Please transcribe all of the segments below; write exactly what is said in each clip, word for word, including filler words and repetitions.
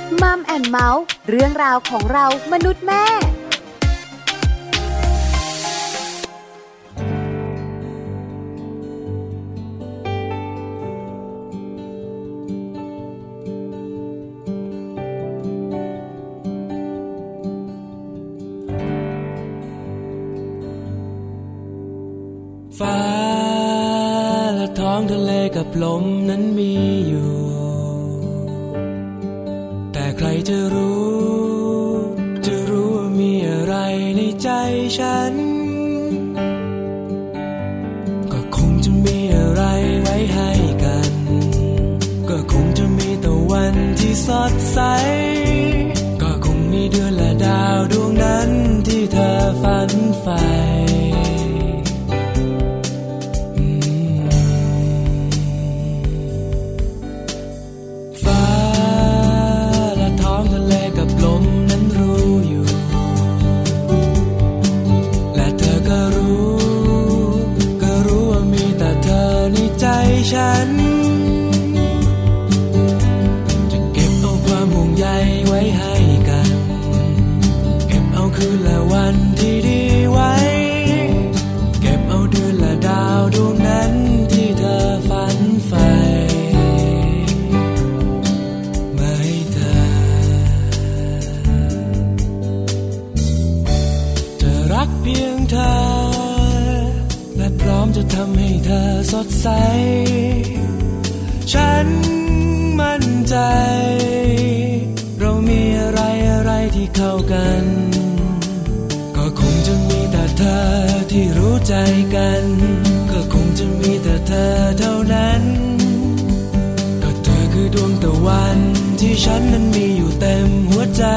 มัมแอนด์เมาส์เรื่องราวของเรามนุษย์แม่ฟ้าและท้องทะเลกับลมนั้นมีอยู่แต่ใครจะรู้จะรู้ว่ามีอะไรในใจฉันก็คงจะมีอะไรไว้ให้กันก็คงจะมีแต่วันที่สดใสก็คงมีเดือนและดาวดวงนั้นที่เธอฝันใฝ่ฉันจะเก็บเอาความห่วงใยไว้ให้กันเก็บเอาคืนและวันที่ดีไว้เก็บเอาเดือนและดาวดวงนั้นที่เธอฝันใฝ่มาให้เธอจะรักเพียงเธอและพร้อมจะทำให้เธอสดใสฉันมั่นใจเรามีอะไรอะไรที่เข้ากันก็คงจะมีแต่เธอที่รู้ใจกันก็คงจะมีแต่เธอเท่านั้นก็เธอคือดวงตะวันที่ฉันนั้นมีอยู่เต็มหัวใจ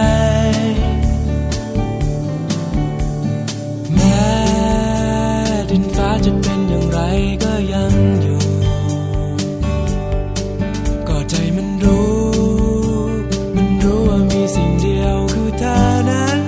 แม้ดินฟ้าจะเป็นอย่างไรก็ยังอยู่ก็ใจมันรู้มันรู้ว่ามีสิ่งเดียวคือเธอนั้น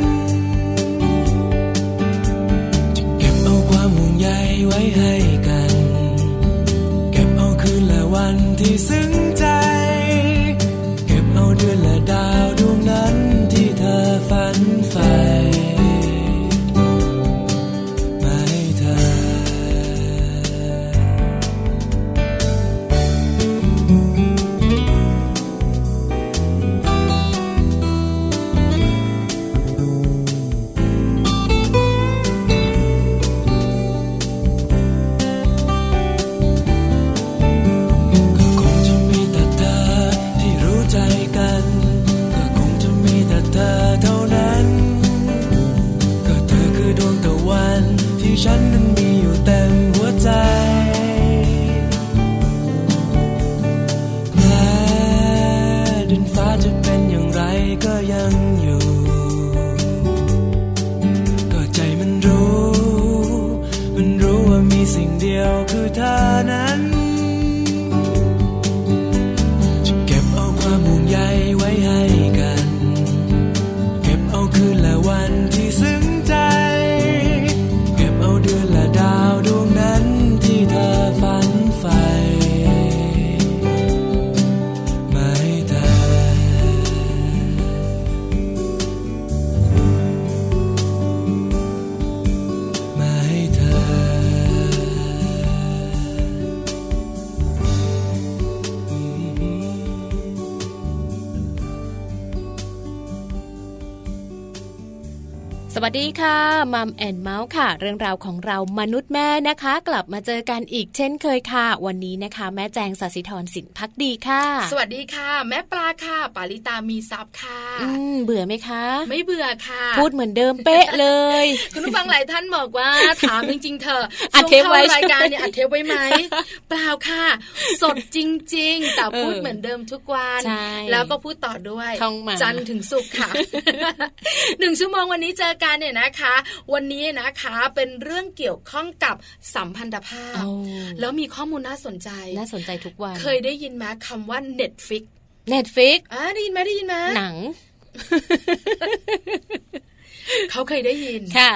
จะเก็บเอาความห่วงใยไว้ให้กันเก็บเอาคืนและวันที่ซึ้งใจเก็บเอาเดือนและดาวดวงนั้นที่เธอฝันใฝ่ฉันนั้นมีอยู่เต็มหัวใจแม้ดินฟ้าจะเป็นอย่างไรก็ยังอยู่ก็ใจมันรู้มันรู้ว่ามีสิ่งเดียวคือเธอนั้นจะเก็บเอาความห่วงใยไว้ให้กันเก็บเอาคืนและวันที่ซึ้งใจเดือนและดาวดวงนั้นที่เธอฝันใฝ่มาให้เธอมาให้เธอสวัสดีค่ะมัมแอนด์เมาส์ค่ะเรื่องราวของเรามนุษย์แม่นะคะกลับมาเจอกันอีกเช่นเคยค่ะวันนี้นะคะแม่แจงศศิธรสินภักดีค่ะสวัสดีค่ะแม่ปลาค่ะปาริตามีซับค่ะอืมเบื่อไหมคะไม่เบื่อค่ะพูดเหมือนเดิมเป๊ะเลยคุณผู้ฟังหลายท่านบอกว่าถามจริงๆเธออัดเทปไว้รายการเนี่ยอัดเทปไว้ไหมเปล่าค่ะสดจริงๆแต่พูดเหมือนเดิมทุกวันแล้วก็พูดต่อด้วยจันทร์ถึงศุกร์ค่ะหนึ่งชั่วโมงวันนี้เจอกันเนี่ยนะคะวันนี้นะคะเป็นเรื่องเกี่ยวข้องกับสัมพันธภาพแล้วมีข้อมูลน่าสนใจน่าสนใจทุกวันเคยได้ยินไหมคำว่า Netflix Netflix อ่าได้ยินไหมได้ยินไหมหนังเขาเคยได้ยินค่ะ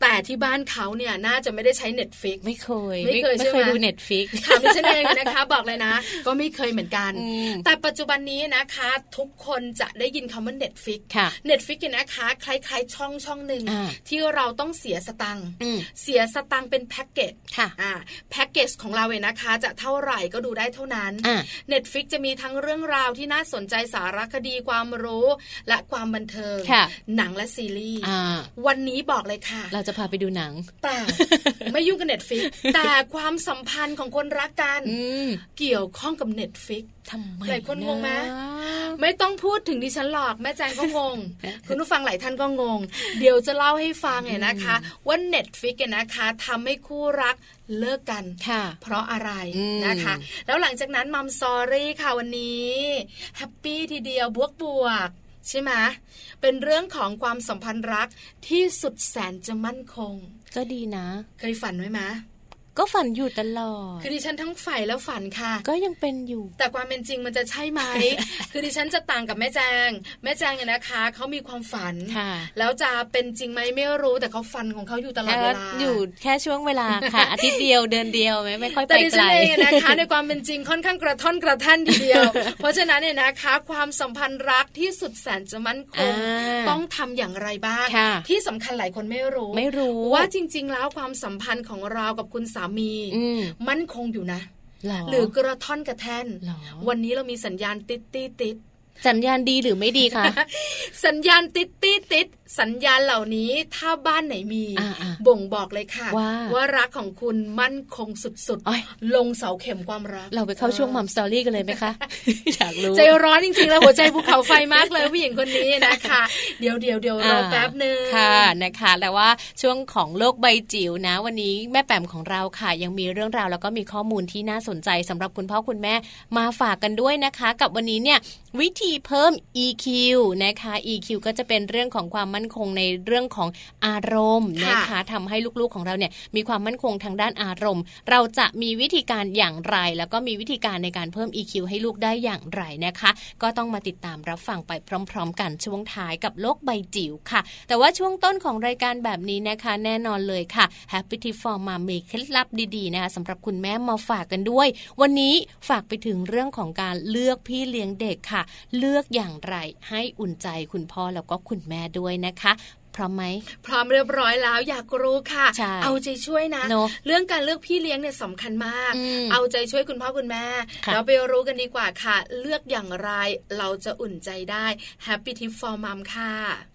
แต่ที่บ้านเขาเนี่ยน่าจะไม่ได้ใช้ Netflix ไม่เคยไม่เคยใช่ไหมไม่เคยดู Netflix ค่ะดิฉันเองนะคะบอกเลยนะก็ไม่เคยเหมือนกันแต่ปัจจุบันนี้นะคะทุกคนจะได้ยินคำว่า Netflix Netflix เนี่ยนะคะคล้ายๆช่องช่องนึงที่เราต้องเสียสตังค์เสียสตังค์เป็นแพ็คเกจอ่าแพ็คเกจของเราเนี่ยนะคะจะเท่าไหร่ก็ดูได้เท่านั้น Netflix จะมีทั้งเรื่องราวที่น่าสนใจสารคดีความรู้และความบันเทิงหนังและซีรีส์วันนี้บอกเลยค่ะเราจะพาไปดูหนังเปล่าไม่ยุ่งกับ Netflix แต่ความสัมพันธ์ของคนรักกันเกี่ยวข้องกับ Netflix ทำไมหลายคนงงไหมไม่ต้องพูดถึงดิฉันหรอกแม่แจงก็งง คุณผู้ฟังหลายท่านก็งงเดี๋ยวจะเล่าให้ฟังเนี่ยนะคะว่า Netflix เนี่ยนะคะทำให้คู่รักเลิกกันเพราะอะไรนะคะแล้วหลังจากนั้นมัมซอรี่ค่ะวันนี้แฮปปี้ทีเดียวบวกบวกใช่ไหมเป็นเรื่องของความสัมพันธ์รักที่สุดแสนจะมั่นคงก็ดีนะเคยฝันไหมมะก็ฝันอยู่ตลอดคือดิฉันทั้งใฝ่แล้วฝันค่ะก็ยังเป็นอยู่แต่ความเป็นจริงมันจะใช่ไหม คือดิฉันจะต่างกับแม่แจงแม่แจงเนี่ยนะคะเขามีความฝันแล้วจะเป็นจริงไหมไม่รู้แต่เขาฝันของเขาอยู่ตลอดเวลาอยู่แค่ช่วงเวลาค่ะอาทิตย์เดียวเดือนเดียวไม่ไม่ค่อยไปไกลแต่ดิฉันเองนะคะในความเป็นจริงค่อนข้างกระท่อนกระแท่นทีเดียวเพราะฉะนั้นเนี่ยนะคะความสัมพันธ์รักที่สุดแสนจะมั่นคงต้องทำอย่างไรบ้างที่สำคัญหลายคนไม่รู้ไม่รู้ว่าจริงๆแล้วความสัมพันธ์ของเรากับคุณสามีมั่นคงอยู่นะหรือกระท่อนกระแท่นวันนี้เรามีสัญญาณติดติดติดสัญญาณดีหรือไม่ดีคะสัญญาณติดติดติดสัญญาณเหล่านี้ถ้าบ้านไหนมีบ่งบอกเลยค่ะว่าว่ารักของคุณมั่นคงสุดๆลงเสาเข็มความรักเราไปเข้าช่วงมัมสตอรี่กันเลยไหมคะอยากรู้ใจร้อนจริงๆแล้วหัวใจภูเขาไฟมากเลยผู้หญิงคนนี้นะคะเดี๋ยวเดี๋ยวเดี๋ยวรอแป๊บนึงค่ะนะคะแต่ว่าช่วงของโลกใบจิ๋วนะวันนี้แม่แปมของเราค่ะยังมีเรื่องราวแล้วก็มีข้อมูลที่น่าสนใจสำหรับคุณพ่อคุณแม่มาฝากกันด้วยนะคะกับวันนี้เนี่ยวิธีเพิ่ม อี คิว นะคะ อี คิว ก็จะเป็นเรื่องของความมั่นคงในเรื่องของอารมณ์นะคะทำให้ลูกๆของเราเนี่ยมีความมั่นคงทางด้านอารมณ์เราจะมีวิธีการอย่างไรแล้วก็มีวิธีการในการเพิ่ม อี คิว ให้ลูกได้อย่างไรนะคะก็ต้องมาติดตามรับฟังไปพร้อมๆกันช่วงท้ายกับโลกใบจิ๋วค่ะแต่ว่าช่วงต้นของรายการแบบนี้นะคะแน่นอนเลยค่ะ Happy Tip for Mom มีเคล็ดลับดีๆนะคะสำหรับคุณแม่มาฝากกันด้วยวันนี้ฝากไปถึงเรื่องของการเลือกพี่เลี้ยงเด็กค่ะเลือกอย่างไรให้อุ่นใจคุณพ่อแล้วก็คุณแม่ด้วยนะคะพร้อมไหมพร้อมเรียบร้อยแล้วอยากรู้ค่ะเอาใจช่วยนะ no. เรื่องการเลือกพี่เลี้ยงเนี่ยสำคัญมากเอาใจช่วยคุณพ่อคุณแม่เราไปรู้กันดีกว่าค่ะเลือกอย่างไรเราจะอุ่นใจได้ Happy Tip for Mom ค่ะ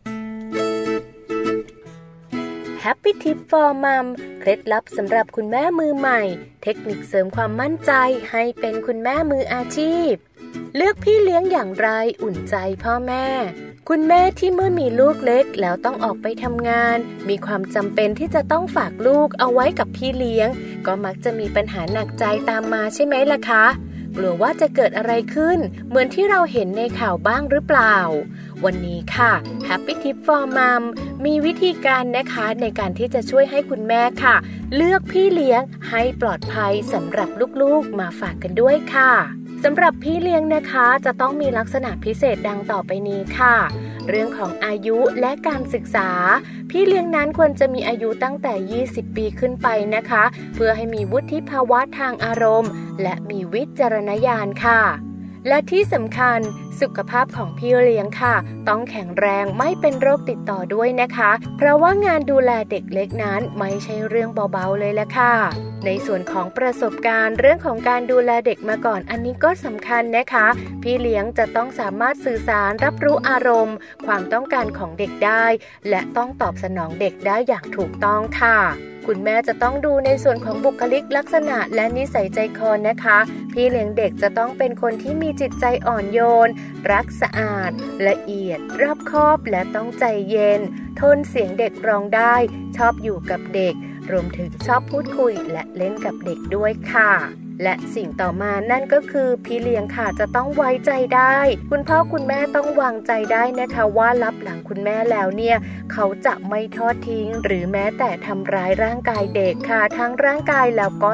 Happy Tip for Mom เคล็ดลับสำหรับคุณแม่มือใหม่เทคนิคเสริมความมั่นใจให้เป็นคุณแม่มืออาชีพเลือกพี่เลี้ยงอย่างไรอุ่นใจพ่อแม่คุณแม่ที่เมื่อมีลูกเล็กแล้วต้องออกไปทำงานมีความจำเป็นที่จะต้องฝากลูกเอาไว้กับพี่เลี้ยงก็มักจะมีปัญหาหนักใจตามมาใช่ไหมล่ะคะกลัวว่าจะเกิดอะไรขึ้นเหมือนที่เราเห็นในข่าวบ้างหรือเปล่าวันนี้ค่ะ Happy Tip for Mom มีวิธีการนะคะในการที่จะช่วยให้คุณแม่ค่ะเลือกพี่เลี้ยงให้ปลอดภัยสำหรับลูกๆมาฝากกันด้วยค่ะสำหรับพี่เลี้ยงนะคะจะต้องมีลักษณะพิเศษดังต่อไปนี้ค่ะเรื่องของอายุและการศึกษาพี่เลี้ยงนั้นควรจะมีอายุตั้งแต่ยี่สิบปีขึ้นไปนะคะเพื่อให้มีวุฒิภาวะทางอารมณ์และมีวิจารณญาณค่ะและที่สำคัญสุขภาพของพี่เลี้ยงค่ะต้องแข็งแรงไม่เป็นโรคติดต่อด้วยนะคะเพราะว่างานดูแลเด็กเล็กนั้นไม่ใช่เรื่องเบาๆเลยแหละค่ะในส่วนของประสบการณ์เรื่องของการดูแลเด็กมาก่อนอันนี้ก็สำคัญนะคะพี่เลี้ยงจะต้องสามารถสื่อสารรับรู้อารมณ์ความต้องการของเด็กได้และต้องตอบสนองเด็กได้อย่างถูกต้องค่ะคุณแม่จะต้องดูในส่วนของบุคลิกลักษณะและนิสัยใจคอนะคะพี่เลี้ยงเด็กจะต้องเป็นคนที่มีจิตใจอ่อนโยนรักสะอาดละเอียดรอบคอบและต้องใจเย็นโทนเสียงเด็กร้องได้ชอบอยู่กับเด็กรวมถึงชอบพูดคุยและเล่นกับเด็กด้วยค่ะและสิ่งต่อมานั่นก็คือพี่เลี้ยงค่ะจะต้องไว้ใจได้คุณพ่อคุณแม่ต้องวางใจได้นะคะว่ารับหลังคุณแม่แล้วเนี่ยเขาจะไม่ทอดทิ้งหรือแม้แต่ทำร้ายร่างกายเด็กค่ะทั้งร่างกายแล้วก็จิต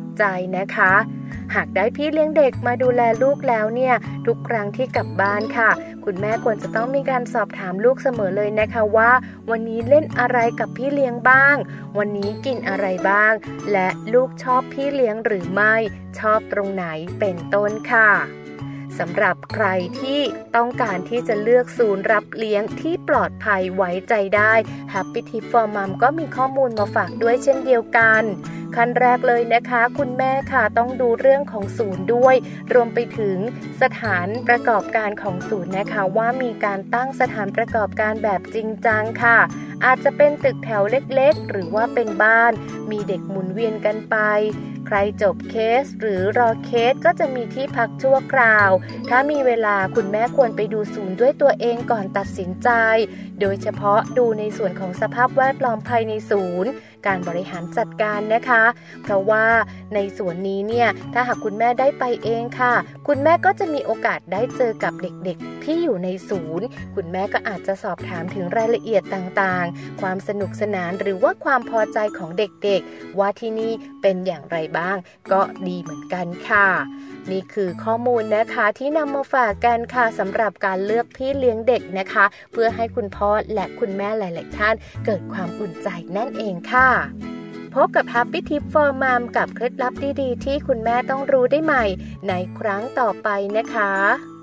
ใจนะคะหากได้พี่เลี้ยงเด็กมาดูแลลูกแล้วเนี่ยทุกครั้งที่กลับบ้านค่ะคุณแม่ควรจะต้องมีการสอบถามลูกเสมอเลยนะคะว่าวันนี้เล่นอะไรกับพี่เลี้ยงบ้างวันนี้กินอะไรบ้างและลูกชอบพี่เลี้ยงหรือไม่ชอบตรงไหนเป็นต้นค่ะสำหรับใครที่ต้องการที่จะเลือกศูนย์รับเลี้ยงที่ปลอดภัยไว้ใจได้ Happy Tip for Mom ก็มีข้อมูลมาฝากด้วยเช่นเดียวกันขั้นแรกเลยนะคะคุณแม่ค่ะต้องดูเรื่องของศูนย์ด้วยรวมไปถึงสถานประกอบการของศูนย์นะคะว่ามีการตั้งสถานประกอบการแบบจริงจังค่ะอาจจะเป็นตึกแถวเล็กๆหรือว่าเป็นบ้านมีเด็กหมุนเวียนกันไปใครจบเคสหรือรอเคสก็จะมีที่พักชั่วคราวถ้ามีเวลาคุณแม่ควรไปดูศูนย์ด้วยตัวเองก่อนตัดสินใจโดยเฉพาะดูในส่วนของสภาพแวดล้อมภายในศูนย์การบริหารจัดการนะคะเพราะว่าในส่วนนี้เนี่ยถ้าหากคุณแม่ได้ไปเองค่ะคุณแม่ก็จะมีโอกาสได้เจอกับเด็กๆที่อยู่ในศูนย์คุณแม่ก็อาจจะสอบถามถึงรายละเอียดต่างๆความสนุกสนานหรือว่าความพอใจของเด็กๆว่าที่นี่เป็นอย่างไรบ้างก็ดีเหมือนกันค่ะนี่คือข้อมูลนะคะที่นำมาฝากกันค่ะสำหรับการเลือกพี่เลี้ยงเด็กนะคะเพื่อให้คุณพ่อและคุณแม่หลายๆท่านเกิดความอุ่นใจนั่นเองค่ะพบกับ Happy Tip for Mom กับเคล็ดลับดีๆที่คุณแม่ต้องรู้ได้ใหม่ในครั้งต่อไปนะคะ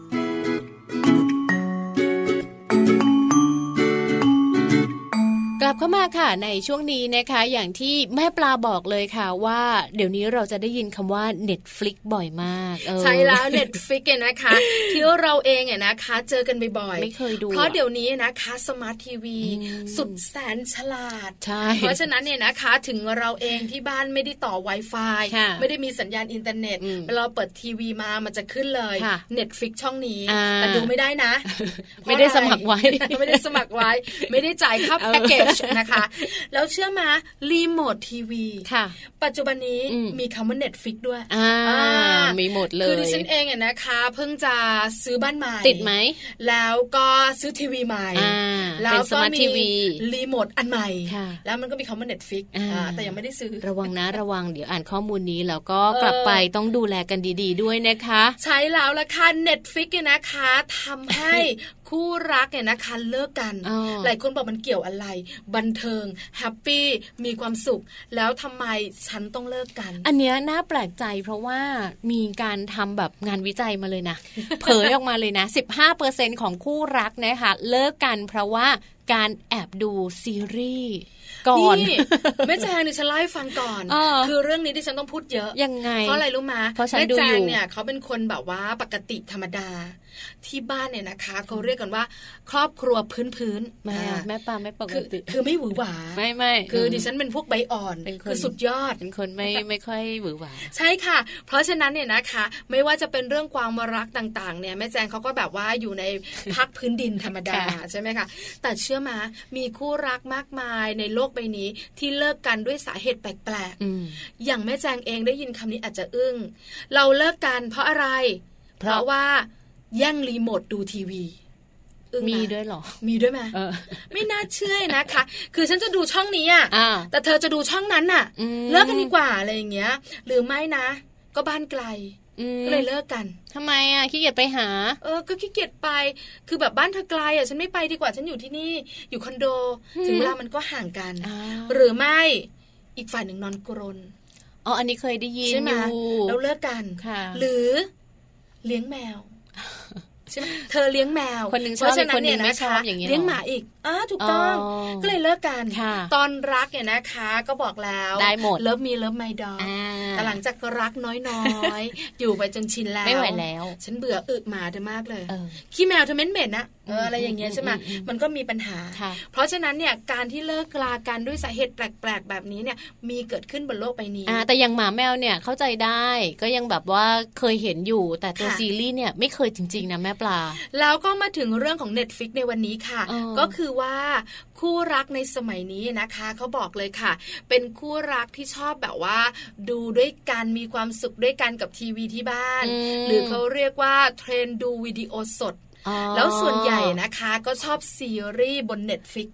กลับเข้ามาค่ะในช่วงนี้นะคะอย่างที่แม่ปลาบอกเลยค่ะว่าเดี๋ยวนี้เราจะได้ยินคำว่า Netflix บ่อยมากใช่แล้ว Netflix เนี่ยนะคะที่เราเองเนี่ยนะคะเจอกันบ่อยๆไม่เคยดูเพราะเดี๋ยวนี้นะคะสมาร์ททีวีสุดแสนฉลาดเพราะฉะนั้นเนี่ยนะคะถึงเราเองที่บ้านไม่ได้ต่อ Wi-Fi ไม่ได้มีสัญญาณอินเทอร์เน็ตเราเปิดทีวีมามันจะขึ้นเลย Netflix ช่องนี้แต่ดูไม่ได้นะไม่ได้สมัครไว้ไม่ได้สมัครไว้ไม่ได้จ่ายค่าแพ็คเกจนะคะแล้วเชื่อมารีโมททีวีปัจจุบันนี้มีคำว่า Netflix ด้วยมีหมดเลยคือดิฉันเองเนี่ยนะคะเพิ่งจะซื้อบ้านใหม่ติดไหมแล้วก็ซื้อทีวีใหม่แล้วก็มีรีโมทอันใหม่แล้วมันก็มีคำว่า Netflix แต่ยังไม่ได้ซื้อระวังนะระวังเดี๋ยวอ่านข้อมูลนี้แล้วก็กลับไปต้องดูแลกันดีๆด้วยนะคะใช้แล้วละค่ะ Netflix เนี่ยนะคะทำให้คู่รักเนี่ยนะคะเลิกกันหลายคนบอกมันเกี่ยวอะไรบันเทิงแฮปปี้มีความสุขแล้วทำไมฉันต้องเลิกกันอันเนี้ยน่าแปลกใจเพราะว่ามีการทำแบบงานวิจัยมาเลยนะ เผยออกมาเลยนะ สิบห้าเปอร์เซ็นต์ ของคู่รักนะคะเลิกกันเพราะว่าการแอบดูซีรีส์ก่อนนี่แม่แจงดิฉันเล่าให้ฟังก่อนคือเรื่องนี้ดิฉันต้องพูดเยอะยังไงเพราะอะไรรู้มั้ยแม่แจงเนี่ยเขาเป็นคนแบบว่าปกติธรรมดาที่บ้านเนี่ยนะคะเขาเรียกกันว่าครอบครัวพื้นๆแม่แม่ปาไม่ปกติคือไม่หวือหวาไม่ไม่คือดิฉันเป็นพวกใบอ่อนคือสุดยอดเป็นคนไม่ไม่ค่อยหวือหวาใช่ค่ะเพราะฉะนั้นเนี่ยนะคะไม่ว่าจะเป็นเรื่องความรักต่างๆเนี่ยแม่แจงเขาก็แบบว่าอยู่ในพักพื้นดินธรรมดาใช่ไหมคะแต่เชื่อมามีคู่รักมากมายในโลกใบนี้ที่เลิกกันด้วยสาเหตุแปลกๆอย่างแม่แจงเองได้ยินคำนี้อาจจะอึ้งเราเลิกกันเพราะอะไรเพราะว่าแย่งรีโมทดูทีวีมีด้วยหรอมีด้วยไหมไม่น่าเชื่อนะคะคือฉันจะดูช่องนี้อ่ะแต่เธอจะดูช่องนั้นน่ะเลิกกันดีกว่าอะไรอย่างเงี้ยหรือไม่นะก็บ้านไกลก็เลยเลิกกันทำไมอ่ะขี้เกียจไปหาเออก็ขี้เกียจไปคือแบบบ้านเธอไกลอ่ะฉันไม่ไปดีกว่าฉันอยู่ที่นี่อยู่คอนโดถึงเวลามันก็ห่างกันหรือไม่อีกฝ่ายหนึ่งนอนกรนอ๋ออันนี้เคยได้ยินใช่ไหมแล้วเลิกกันหรือเลี้ยงแมวใช่ไหมเธอเลี้ยงแมวคนนึงชอบคนนึงไม่ชอบอย่างเงี้ยเลี้ยงหมาอีกอ้าถูกต้องก็เลยเลิกกันตอนรักเนี่ยนะคะก็บอกแล้วได้หมดเลิฟมีเลิฟไมดอลแต่หลังจากรักน้อยๆอยู่ไปจนชินแล้วไม่ไหวแล้วฉันเบื่ออึหมาเธอมากเลยขี้แมวเธอเหม็นๆนะเอออะไรอย่างเงี้ยใช่ไหมมันก็มีปัญหาเพราะฉะนั้นเนี่ยการที่เลิกลากันด้วยสาเหตุแปลกๆแบบนี้เนี่ยมีเกิดขึ้นบนโลกใบนี้แต่อย่างหมาแมวเนี่ยเข้าใจได้ก็ยังแบบว่าเคยเห็นอยู่แต่ตัวซีรีส์เนี่ยไม่เคยจริงๆนะแม่ปลาแล้วก็มาถึงเรื่องของ Netflix ในวันนี้ค่ะก็คือว่าคู่รักในสมัยนี้นะคะเขาบอกเลยค่ะเป็นคู่รักที่ชอบแบบว่าดูด้วยกันมีความสุขด้วยกันกับทีวีที่บ้านหรือเขาเรียกว่าเทรนดูวิดีโอสดแล้วส่วนใหญ่นะคะก็ชอบซีรีส์บน Netflix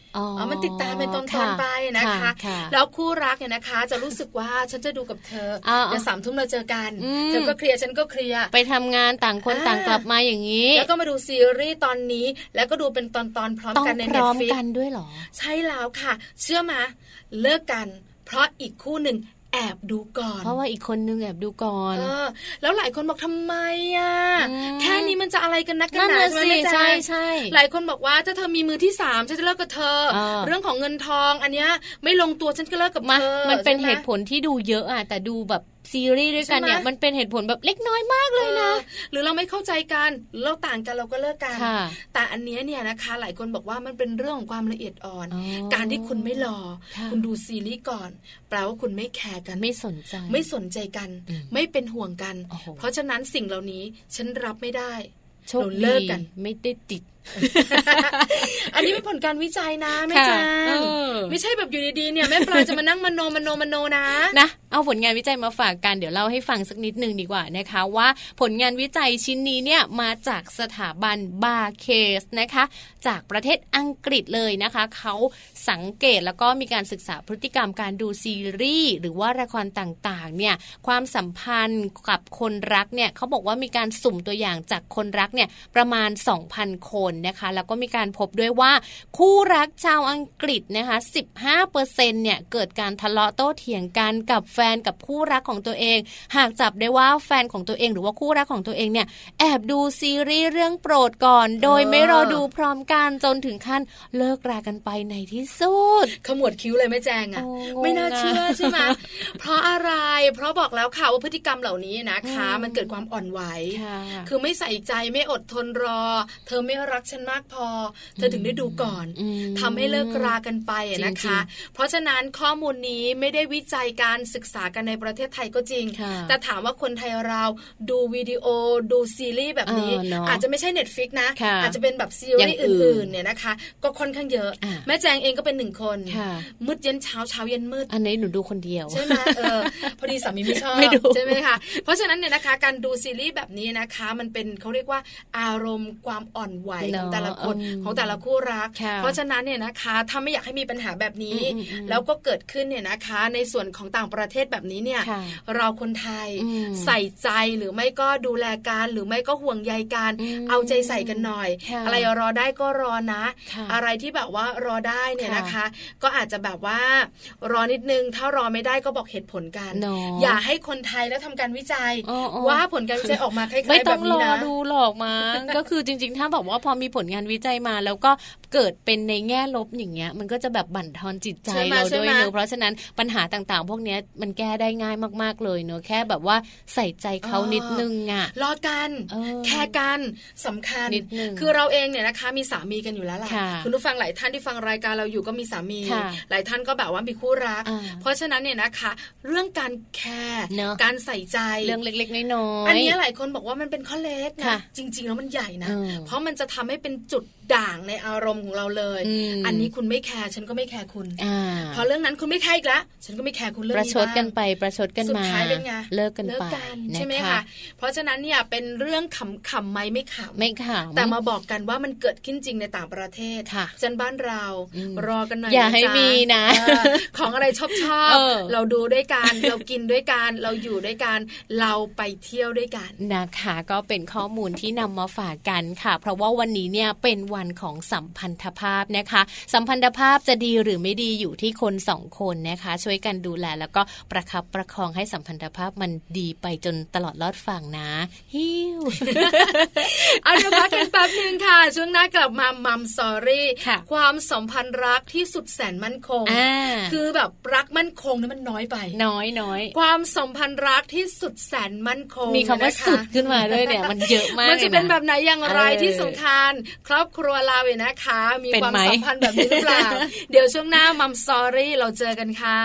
อ๋อมันติดตามเป็นตอนๆไปนะคะแล้วคู่รักเนี่ยนะคะจะรู้สึกว่าฉันจะดูกับเธอเดี๋ยวสามทุ่มเราเจอกันเธอก็เคลียร์ฉันก็เคลียร์ไปทำงานต่างคนต่างกลับมาอย่างนี้แล้วก็มาดูซีรีส์ตอนนี้แล้วก็ดูเป็นตอนๆพร้อมกันใน Netflix ต้องพร้อมกันด้วยหรอใช่แล้วค่ะเชื่อมั้ยเลิกกันเพราะอีกคู่หนึ่งแอบดูก่อนเพราะว่าอีกคนนึงแอบดูก่อนเออแล้วหลายคนบอกทำไมอ่ะแค่นี้มันจะอะไรกันนักกันหนาใช่ไหมใช่ใช่หลายคนบอกว่าถ้าเธอมีมือที่สามฉันจะเลิกกับเธอเรื่องของเงินทองอันเนี้ยไม่ลงตัวฉันก็เลิกกับเธอมันเป็นเหตุผลที่ดูเยอะอ่ะแต่ดูแบบซีรีส์ด้วยกันเนี่ยมันเป็นเหตุผลแบบเล็กน้อยมากเลยนะหรือเราไม่เข้าใจกันเราต่างกันเราก็เลิกกันแต่อันนี้เนี่ยนะคะหลายคนบอกว่ามันเป็นเรื่องของความละเอียดอ่อนการที่คุณไม่รอคุณดูซีรีส์ก่อนแปลว่าคุณไม่แคร์กันไม่สนใจไม่สนใจกันไม่เป็นห่วงกันเพราะฉะนั้นสิ่งเหล่านี้ฉันรับไม่ได้เราเลิกกันไม่ได้ติดอันนี้เป็นผลการวิจัยนะแม่แจ้งไม่ใช่แบบอยู่ดีๆเนี่ยแม่ปลาจะมานั่งมโนมโนมโนนะนะเอาผลงานวิจัยมาฝากกันเดี๋ยวเล่าให้ฟังสักนิดนึงดีกว่านะคะว่าผลงานวิจัยชิ้นนี้เนี่ยมาจากสถาบันบาร์เคสนะคะจากประเทศอังกฤษเลยนะคะเขาสังเกตแล้วก็มีการศึกษาพฤติกรรมการดูซีรีส์หรือว่าละครต่างๆเนี่ยความสัมพันธ์กับคนรักเนี่ยเขาบอกว่ามีการสุ่มตัวอย่างจากคนรักเนี่ยประมาณ สองพัน คนนะคะแล้วก็มีการพบด้วยว่าคู่รักชาวอังกฤษนะคะ สิบห้าเปอร์เซ็นต์ เนี่ยเกิดการทะเลาะโต้เถียงกันกับแฟนกับคู่รักของตัวเองหากจับได้ว่าแฟนของตัวเองหรือว่าคู่รักของตัวเองเนี่ยแอบดูซีรีส์เรื่องโปรดก่อนโดยไม่รอดูพร้อมกันจนถึงขั้นเลิกรากันไปในที่สุดขมวดคิ้วเลยไม่แจงอ่ะไม่น่าเชื่อใช่ไหมเพราะอะไรเพราะบอกแล้วค่ะว่าพฤติกรรมเหล่านี้นะคะมันเกิดความอ่อนไหวคือไม่ใส่ใจไม่อดทนรอเธอไม่รักฉันมากพอเธอถึงได้ดูก่อนทำให้เลิกรากันไปนะคะเพราะฉะนั้นข้อมูลนี้ไม่ได้วิจัยการศึกษากันในประเทศไทยก็จริงแต่ถามว่าคนไทยเราดูวิดีโอดูซีรีส์แบบนี้ อาจจะไม่ใช่ Netflix นะอาจจะเป็นแบบซีรีส์อื่นๆเนี่ยนะคะก็ค่อนข้างเยอะแม่แจงเองก็เป็นหนึ่งคนมืดเย็นเช้าเช้าเย็นมืดอันนี้หนูดูคนเดียวใช่ไหมเออพอดีสามีไม่ชอบใช่ไหมคะเพราะฉะนั้นเนี่ยนะคะการดูซีรีส์แบบนี้นะคะมันเป็นเขาเรียกว่าอารมณ์ความอ่อนไหวของแต่ละคนของแต่ละคู่รักเพราะฉะนั้นเนี่ยนะคะถ้าไม่อยากให้มีปัญหาแบบนี้แล้วก็เกิดขึ้นเนี่ยนะคะในส่วนของต่างประเทศแบบนี้เนี่ยเราคนไทยใส่ใจหรือไม่ก็ดูแลกันหรือไม่ก็ห่วงใยกันเอาใจใส่กันหน่อยอะไรรอได้ก็รอนะอะไรที่แบบว่ารอได้เนี่ยนะคะก็อาจจะแบบว่ารอนิดนึงถ้ารอไม่ได้ก็บอกเหตุผลกันอย่าให้คนไทยแล้วทำการวิจัยว่าผลการวิจัยออกมาคล้ายๆแบบนี้นะไม่ต้องรอดูหรอกมาก็คือจริงๆถ้าบอกว่าพอมีผลงานวิจัยมาแล้วก็เกิดเป็นในแง่ลบอย่างเงี้ยมันก็จะแบบบั่นทอนจิตใจเราด้วยเนอะเพราะฉะนั้นปัญหาต่างๆพวกนี้มันแก้ได้ง่ายมากๆเลยเนอะแค่แบบว่าใส่ใจเขานิดนึงอ่ะรอกันแค่กันสำคัญคือเราเองเนี่ยนะคะมีสามีกันอยู่แล้วล่ะคุณผู้ฟังหลายท่านที่ฟังรายการเราอยู่ก็มีสามีหลายท่านก็แบบว่ามีคู่รักเพราะฉะนั้นเนี่ยนะคะเรื่องการแคร์การใส่ใจเรื่องเล็กๆน้อยๆอันนี้หลายคนบอกว่ามันเป็นข้อเล็กนะจริงๆแล้วมันใหญ่นะเพราะมันจะทำให้เป็นจุดด่างในอารมณ์ของเราเลยอันนี้คุณไม่แคร์ฉันก็ไม่แคร์คุณพอเรื่องนั้นคุณไม่แคร์อีกแล้วฉันก็ไม่แคร์คุณเรื่องนี้ประชดกันไปประชดกันมาสุดท้ายเป็นไงเลิกกันไปใช่ไหมคะเพราะฉะนั้นเนี่ยเป็นเรื่องขำขำไหมไม่ขำไม่ขำแต่มาบอกกันว่ามันเกิดขึ้นจริงในต่างประเทศจันบ้านเรารอกันหน่อยอย่าให้มีนะของอะไรชอบชอบเราดูด้วยกันเรากินด้วยกันเราอยู่ด้วยกันเราไปเที่ยวด้วยกันนะคะก็เป็นข้อมูลที่นำมาฝากกันค่ะเพราะว่าวันนี้เนี่ยเป็นวันของสัมพันธภาพนะคะสัมพันธภาพจะดีหรือไม่ดีอยู่ที่คนสองคนนะคะช่วยกันดูแลแล้วก็ประคับประคองให้สัมพันธภาพมันดีไปจนตลอดรอดฝั่งนะฮิวเอาเดี๋ยวพักกันแป๊บนึงค่ะช่วงหน้ากลับมามัมสอรี่ความสัมพันธ์รักที่สุดแสนมั่นคงคือแบบรักมั่นคงนี่มันน้อยไปน้อยน้อยความสัมพันธ์รักที่สุดแสนมั่นคงมีคำว่าสุดขึ้นมาด้วยเนี่ยมันเยอะมากมันจะเป็นแบบไหนอย่างไรที่สำคัญครอบครัวเราเนี่ยนะคะมีความสัมพันธ์แบบนี้หรือเปล่าเดี๋ยวช่วงหน้ามัมสอรี่เราเจอกันค่ะ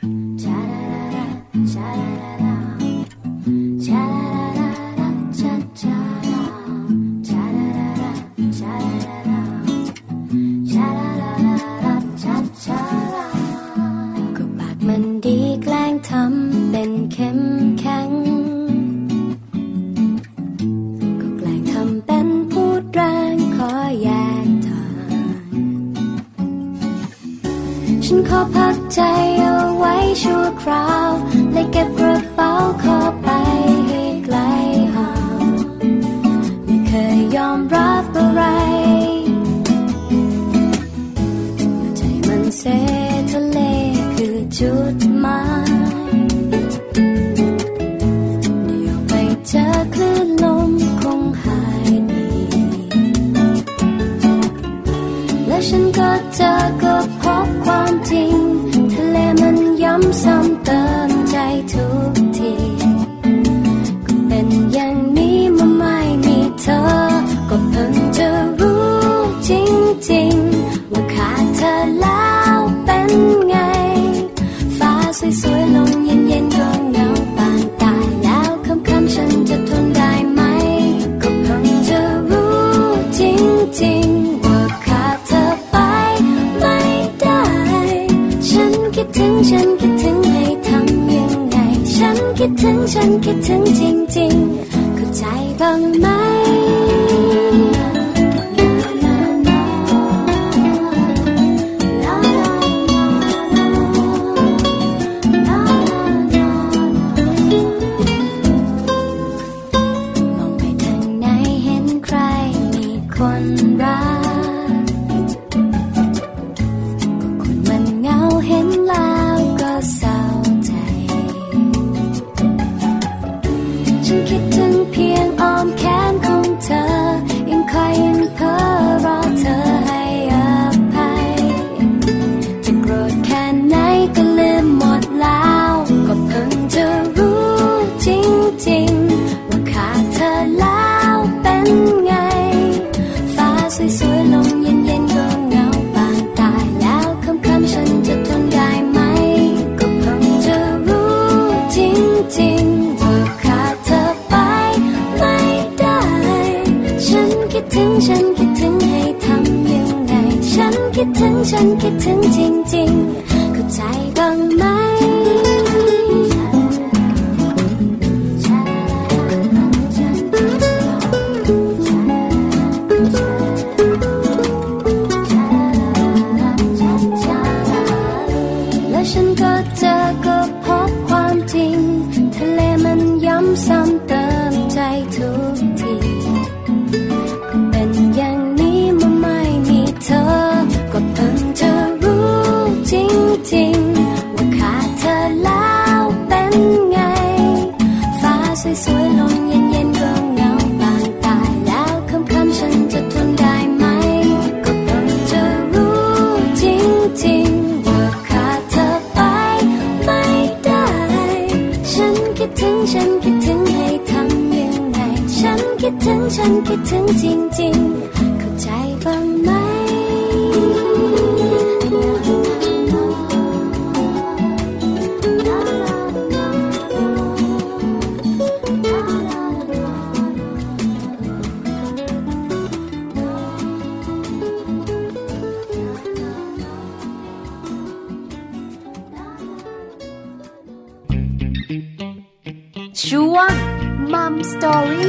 ก็ปากมันดีแกล้งทำเป็นเข้มแข็งก็แกล้งทำเป็นพูดแรงขอแยกทางฉันขอพักใจเอาไว้ชั่วคราวและเก็บกระเป๋าขอไปให้ไกลห่างไม่เคยยอมรับอะไรใจมันเสทะเลคือจุดหมายเดี๋ยวไปเจอคลื่นลมคงหายดีและฉันก็เจอก็พบความจริงทะเลมันย้ำซ้ำเติมใจทุกทีก็เป็นอย่างนี้เมื่อไม่มีเธอก็เพิ่งจะรู้จริงๆว่าขาดเธอแล้วเป็นไงฟ้าสวยๆลมเย็นๆก็เหงาปานตายแล้วค่ำๆฉันจะทนได้ไหมก็เพิ่งจะรู้จริงๆว่าขาดเธอไปไม่ได้ฉันคิดถึงฉันคิดถึงให้ทำยังไงฉันคิดถึงฉันคิดถึงจริงๆเข้าใจบ้างไหมฉันคิดถึงจริงๆเข้าใจบ้างไหมและฉันก็เจอก็พบความจริงทะเลมันย้ำซ้ำเติมใจทุกทีก็เป็นอย่างนี้เมื่อไม่มีเธอก็เพิ่งจะรู้จริงๆว่าขาดเธอแล้วเป็นไงฟ้าสวยๆลมเย็นๆก็เหงาปานตายแล้วค่ำๆฉันจะทนได้ไหมก็เพิ่งจะรู้จริงๆว่าขาดเธอไปไม่ได้ฉันคิดถึงฉันคิดถึงให้ทำยังไงฉันคิดถึงฉันคิดถึงจริงๆเข้าใจบ้างไหมช่วง Mum Story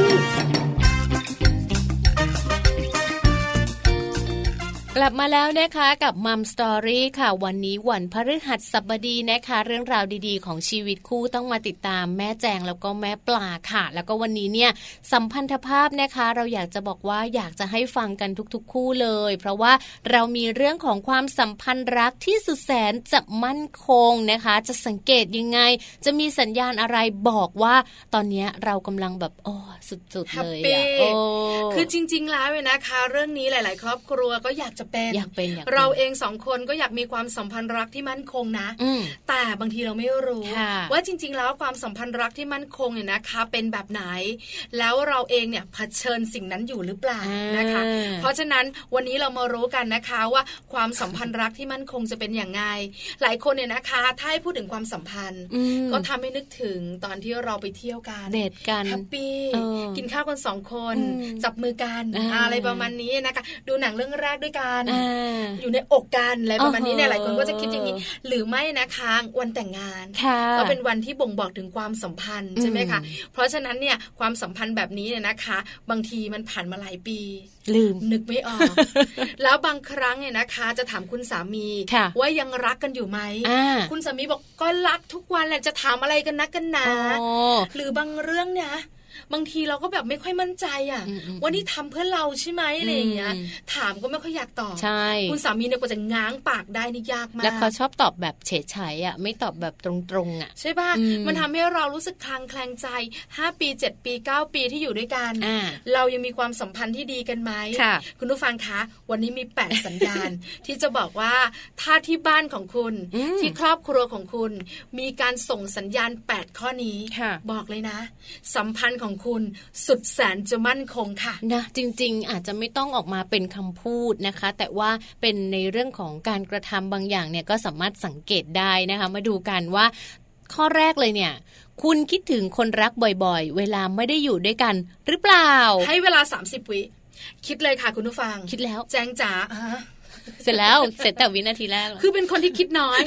กลับมาแล้วนะคะกับ Mum Story ค่ะวันนี้วันพฤหัสบดีนะคะเรื่องราวดีๆของชีวิตคู่ต้องมาติดตามแม่แจงแล้วก็แม่ปลาค่ะแล้วก็วันนี้เนี่ยสัมพันธภาพนะคะเราอยากจะบอกว่าอยากจะให้ฟังกันทุกๆคู่เลยเพราะว่าเรามีเรื่องของความสัมพันธ์รักที่สุดแสนจะมั่นคงนะคะจะสังเกตยังไงจะมีสัญญาณอะไรบอกว่าตอนนี้เรากำลังแบบโอ้สุดๆเลยอ่ะโอ้คือจริงๆแล้วนะคะเรื่องนี้หลายๆครอบครัวก็อยากจะเป็นอยากเป็นอยากเราเองสองคนก็อยากมีความสัมพันธ์รักที่มั่นคงนะแต่บางทีเราไม่รู้ว่าจริงๆแล้วความสัมพันธ์รักที่มั่นคงเนี่ยนะคะเป็นแบบไหนแล้วเราเองเนี่ยเผชิญสิ่งนั้นอยู่หรือเปล่านะคะเพราะฉะนั้นวันนี้เรามารู้กันนะคะว่าความสัมพันธ์รักที่มั่นคงจะเป็นอย่างไรหลายคนเนี่ยนะคะถ้าให้พูดถึงความสัมพันธ์ก็ทำให้นึกถึงตอนที่เราไปเที่ยวกันเดทกันแฮปปี้กินข้าวกันสองคนจับมือกันอะไรประมาณนี้นะคะดูหนังเรื่องแรกด้วยกันกันอยู่ในอกกันอะไรประมาณนี้เนี่ยหลายคนก็จะคิดอย่างนี้หรือไม่นะคะวันแต่งงานก็เป็นวันที่บ่งบอกถึงความสัมพันธ์ใช่ไหมคะเพราะฉะนั้นเนี่ยความสัมพันธ์แบบนี้เนี่ยนะคะบางทีมันผ่านมาหลายปีลืมนึกไม่ออกแล้วบางครั้งเนี่ยนะคะจะถามคุณสามีว่ายังรักกันอยู่ไหมคุณสามีบอกก็รักทุกวันแหละจะถามอะไรกันนักกันหนาหรือบางเรื่องเนี่ยบางทีเราก็แบบไม่ค่อยมั่นใจอ่ะว่านี่ทำเพื่อเราใช่ไหมอะไรอย่างเงี้ยถามก็ไม่ค่อยอยากตอบคุณสามีเนี่ยกว่าจะง้างปากได้นี่ยากมากแล้วเขาชอบตอบแบบเฉยๆอ่ะไม่ตอบแบบตรงๆอ่ะใช่ป่ะมันทำให้เรารู้สึกคลางแคลงใจห้าปีเจ็ดปีเก้าปีที่อยู่ด้วยกันเรายังมีความสัมพันธ์ที่ดีกันไหมคุณผู้ฟังคะวันนี้มีแปดสัญญาณ ที่จะบอกว่าถ้าที่บ้านของคุณที่ครอบครัวของคุณมีการส่งสัญญาณแปดข้อนี้บอกเลยนะสัมพันธ์ของคุณสุดแสนจะมั่นคงค่ะนะจริงๆอาจจะไม่ต้องออกมาเป็นคำพูดนะคะแต่ว่าเป็นในเรื่องของการกระทำบางอย่างเนี่ยก็สามารถสังเกตได้นะคะมาดูกันว่าข้อแรกเลยเนี่ยคุณคิดถึงคนรักบ่อยๆเวลาไม่ได้อยู่ด้วยกันหรือเปล่าให้เวลาสามสิบวิคิดเลยค่ะคุณผู้ฟังคิดแล้วแจ้งจ๋าเสร็จแล้วเสร็จแต่วินาทีแรกคือเป็นคนที่คิดน้อย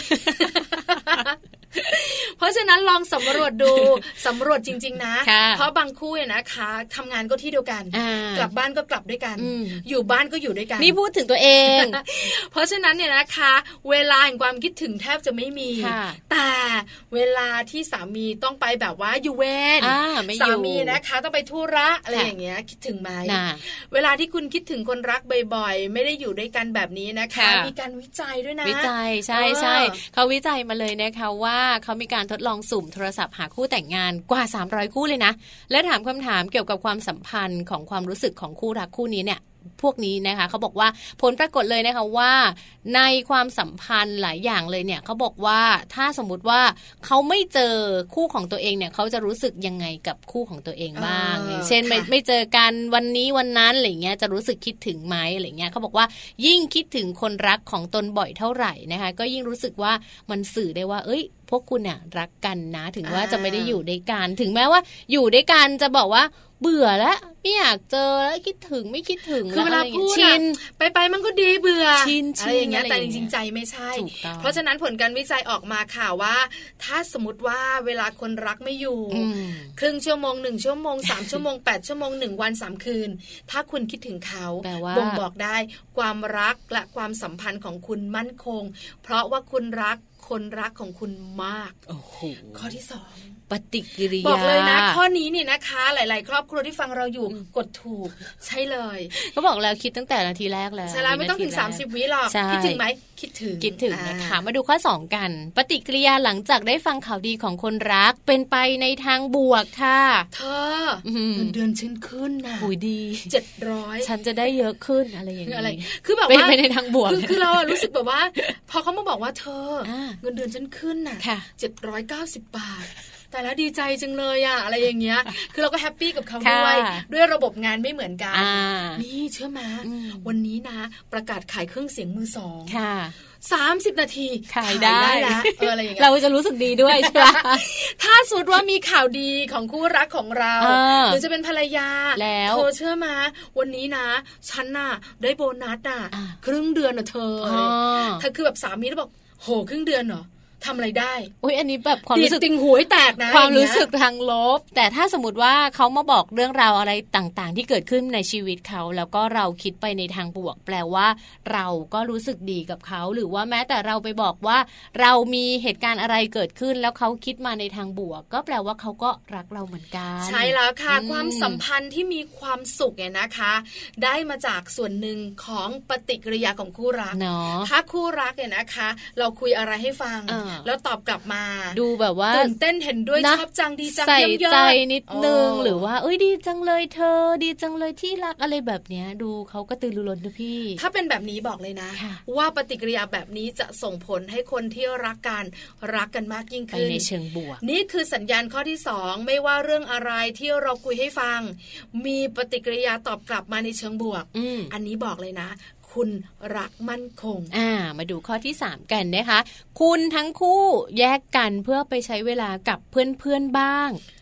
เพราะฉะนั้นลองสำรวจดูสำรวจจริงๆนะเพราะบางคู่เนี่ยนะคะทำงานก็ที่เดียวกันกลับบ้านก็กลับด้วยกันอยู่บ้านก็อยู่ด้วยกันนี่พูดถึงตัวเองเพราะฉะนั้นเนี่ยนะคะเวลาแห่งความคิดถึงแทบจะไม่มีแต่เวลาที่สามีต้องไปแบบว่าอยู่เวรสามีนะคะต้องไปธุระอะไรอย่างเงี้ยคิดถึงไหมเวลาที่คุณคิดถึงคนรักบ่อยๆไม่ได้อยู่ด้วยกันแบบนี้นะคะมีการวิจัยด้วยนะวิจัยใช่ใช่เขาวิจัยมาเลยนะคะว่าเขามีการทดลองสุ่มโทรศัพท์หาคู่แต่งงานกว่าสามร้อยคู่เลยนะและถามคำถามเกี่ยวกับความสัมพันธ์ของความรู้สึกของคู่รักคู่นี้เนี่ยพวกนี้นะคะเขาบอกว่าผลปรากฏเลยนะคะว่าในความสัมพันธ์หลายอย่างเลยเนี่ยเขาบอกว่าถ้าสมมุติว่าเขาไม่เจอคู่ของตัวเองเนี่ยเขาจะรู้สึกยังไงกับคู่ของตัวเองบ้างอย่างเช่นไม่ไม่เจอกันวันนี้วันนั้นอะไรเงี้ยจะรู้สึกคิดถึงไหมอะไรเงี้ยเขาบอกว่ายิ่งคิดถึงคนรักของตนบ่อยเท่าไหร่นะคะก็ยิ่งรู้สึกว่ามันสื่อได้ว่าเอ้ยพวกคุณเนี่ยรักกันนะถึงว่าจะไม่ได้อยู่ด้วยกันถึงแม้ว่าอยู่ด้วยกันจะบอกว่าเบื่อแล้วไม่อยากเจอแล้วคิดถึงไม่คิดถึงคือเวลาพูดชินไปไปมันก็ดีเบื่อชินอะไรอย่างเงี้ยแต่จริงๆใจไม่ใช่เพราะฉะนั้นผลการวิจัยออกมาค่ะว่าถ้าสมมติว่าเวลาคนรักไม่อยู่ครึ่งชั่วโมงหนึ่งชั่วโมงสามชั่วโมงแปดชั่วโมงหนึ่งวันสามคืนถ้าคุณคิดถึงเขาบ่งบอกได้ความรักและความสัมพันธ์ของคุณมั่นคงเพราะว่าคุณรักคนรักของคุณมากข้อที่สองปฏิกิริยาบอกเลยนะข้อนี้นี่นะคะหลายๆครอบครัวที่ฟังเราอยู่กดถูกใช่เลยก็บอกแล้วคิดตั้งแต่นาทีแรกแล้วใช่แล้วไม่ต้องถึงสามสิบวิหรอกคิดถึงไหมคิดถึงคิดถึงนะคะมาดูข้อสองกันปฏิกิริยาหลังจากได้ฟังข่าวดีของคนรักเป็นไปในทางบวกค่ะเธอเงินเดือนฉันขึ้นนะโอ้ยดีเจ็ดร้อยฉันจะได้เยอะขึ้นอะไรอย่างนี้อะไรคือแบบว่าเป็นไปในทางบวกคือเรารู้สึกแบบว่าพอเขามาบอกว่าเธอเงินเดือนฉันขึ้นน่ะเจ็ดร้อยเก้าสิบบาทแต่แล้วดีใจจังเลยอะอะไรอย่างเงี้ยคือเราก็แฮปปี้กับเขาด้วยด้วยระบบงานไม่เหมือนกันนี่เชื่อไหมวันนี้นะประกาศขายเครื่องเสียงมือสองสามสิบนาทีขายได้แล้วเอออะไรอย่างเงี้ยเราจะรู้สึกดีด้วยใช่ไหมถ้าสมมติว่ามีข่าวดีของคู่รักของเราหรือจะเป็นภรรยาแล้วเธอเชื่อไหมวันนี้นะฉันน่ะได้โบนัสอ่ะครึ่งเดือนอ่ะเธอเธอคือแบบสามีแล้วบอกโหครึ่งเดือนเหรอทำอะไรได้อุ้ยอันนี้แบบความรู้สึกติ่งหูให้แตกนะความรู้สึกทางลบแต่ถ้าสมมติว่าเขามาบอกเรื่องราวอะไรต่างๆที่เกิดขึ้นในชีวิตเขาแล้วก็เราคิดไปในทางบวกแปลว่าเราก็รู้สึกดีกับเขาหรือว่าแม้แต่เราไปบอกว่าเรามีเหตุการณ์อะไรเกิดขึ้นแล้วเขาคิดมาในทางบวกก็แปลว่าเขาก็รักเราเหมือนกันใช่แล้วค่ะความสัมพันธ์ที่มีความสุขเนี่ยนะคะได้มาจากส่วนหนึ่งของปฏิกิริยาของคู่รักเนาะถ้าคู่รักเนี่ยนะคะเราคุยอะไรให้ฟังแล้วตอบกลับมาดูแบบว่าตื่นเต้นเห็นด้วยชอบจังดีจังใส่ใจนิดนึงหรือว่าเอ้ยดีจังเลยเธอดีจังเลยที่รักอะไรแบบเนี้ยดูเขาก็ตื่นรู้ล้นนะพี่ถ้าเป็นแบบนี้บอกเลยนะว่าปฏิกิริยาแบบนี้จะส่งผลให้คนที่รักกันรักกันมากยิ่งขึ้นไปในเชิงบวกนี่คือสัญญาณข้อที่สองไม่ว่าเรื่องอะไรที่เราคุยให้ฟังมีปฏิกิริยาตอบกลับมาในเชิงบวกออันนี้บอกเลยนะคุณรักมั่นคงอ่ามาดูข้อที่สามกันนะคะคุณทั้งคู่แยกกันเพื่อไปใช้เวลากับเพื่อนๆบ้าง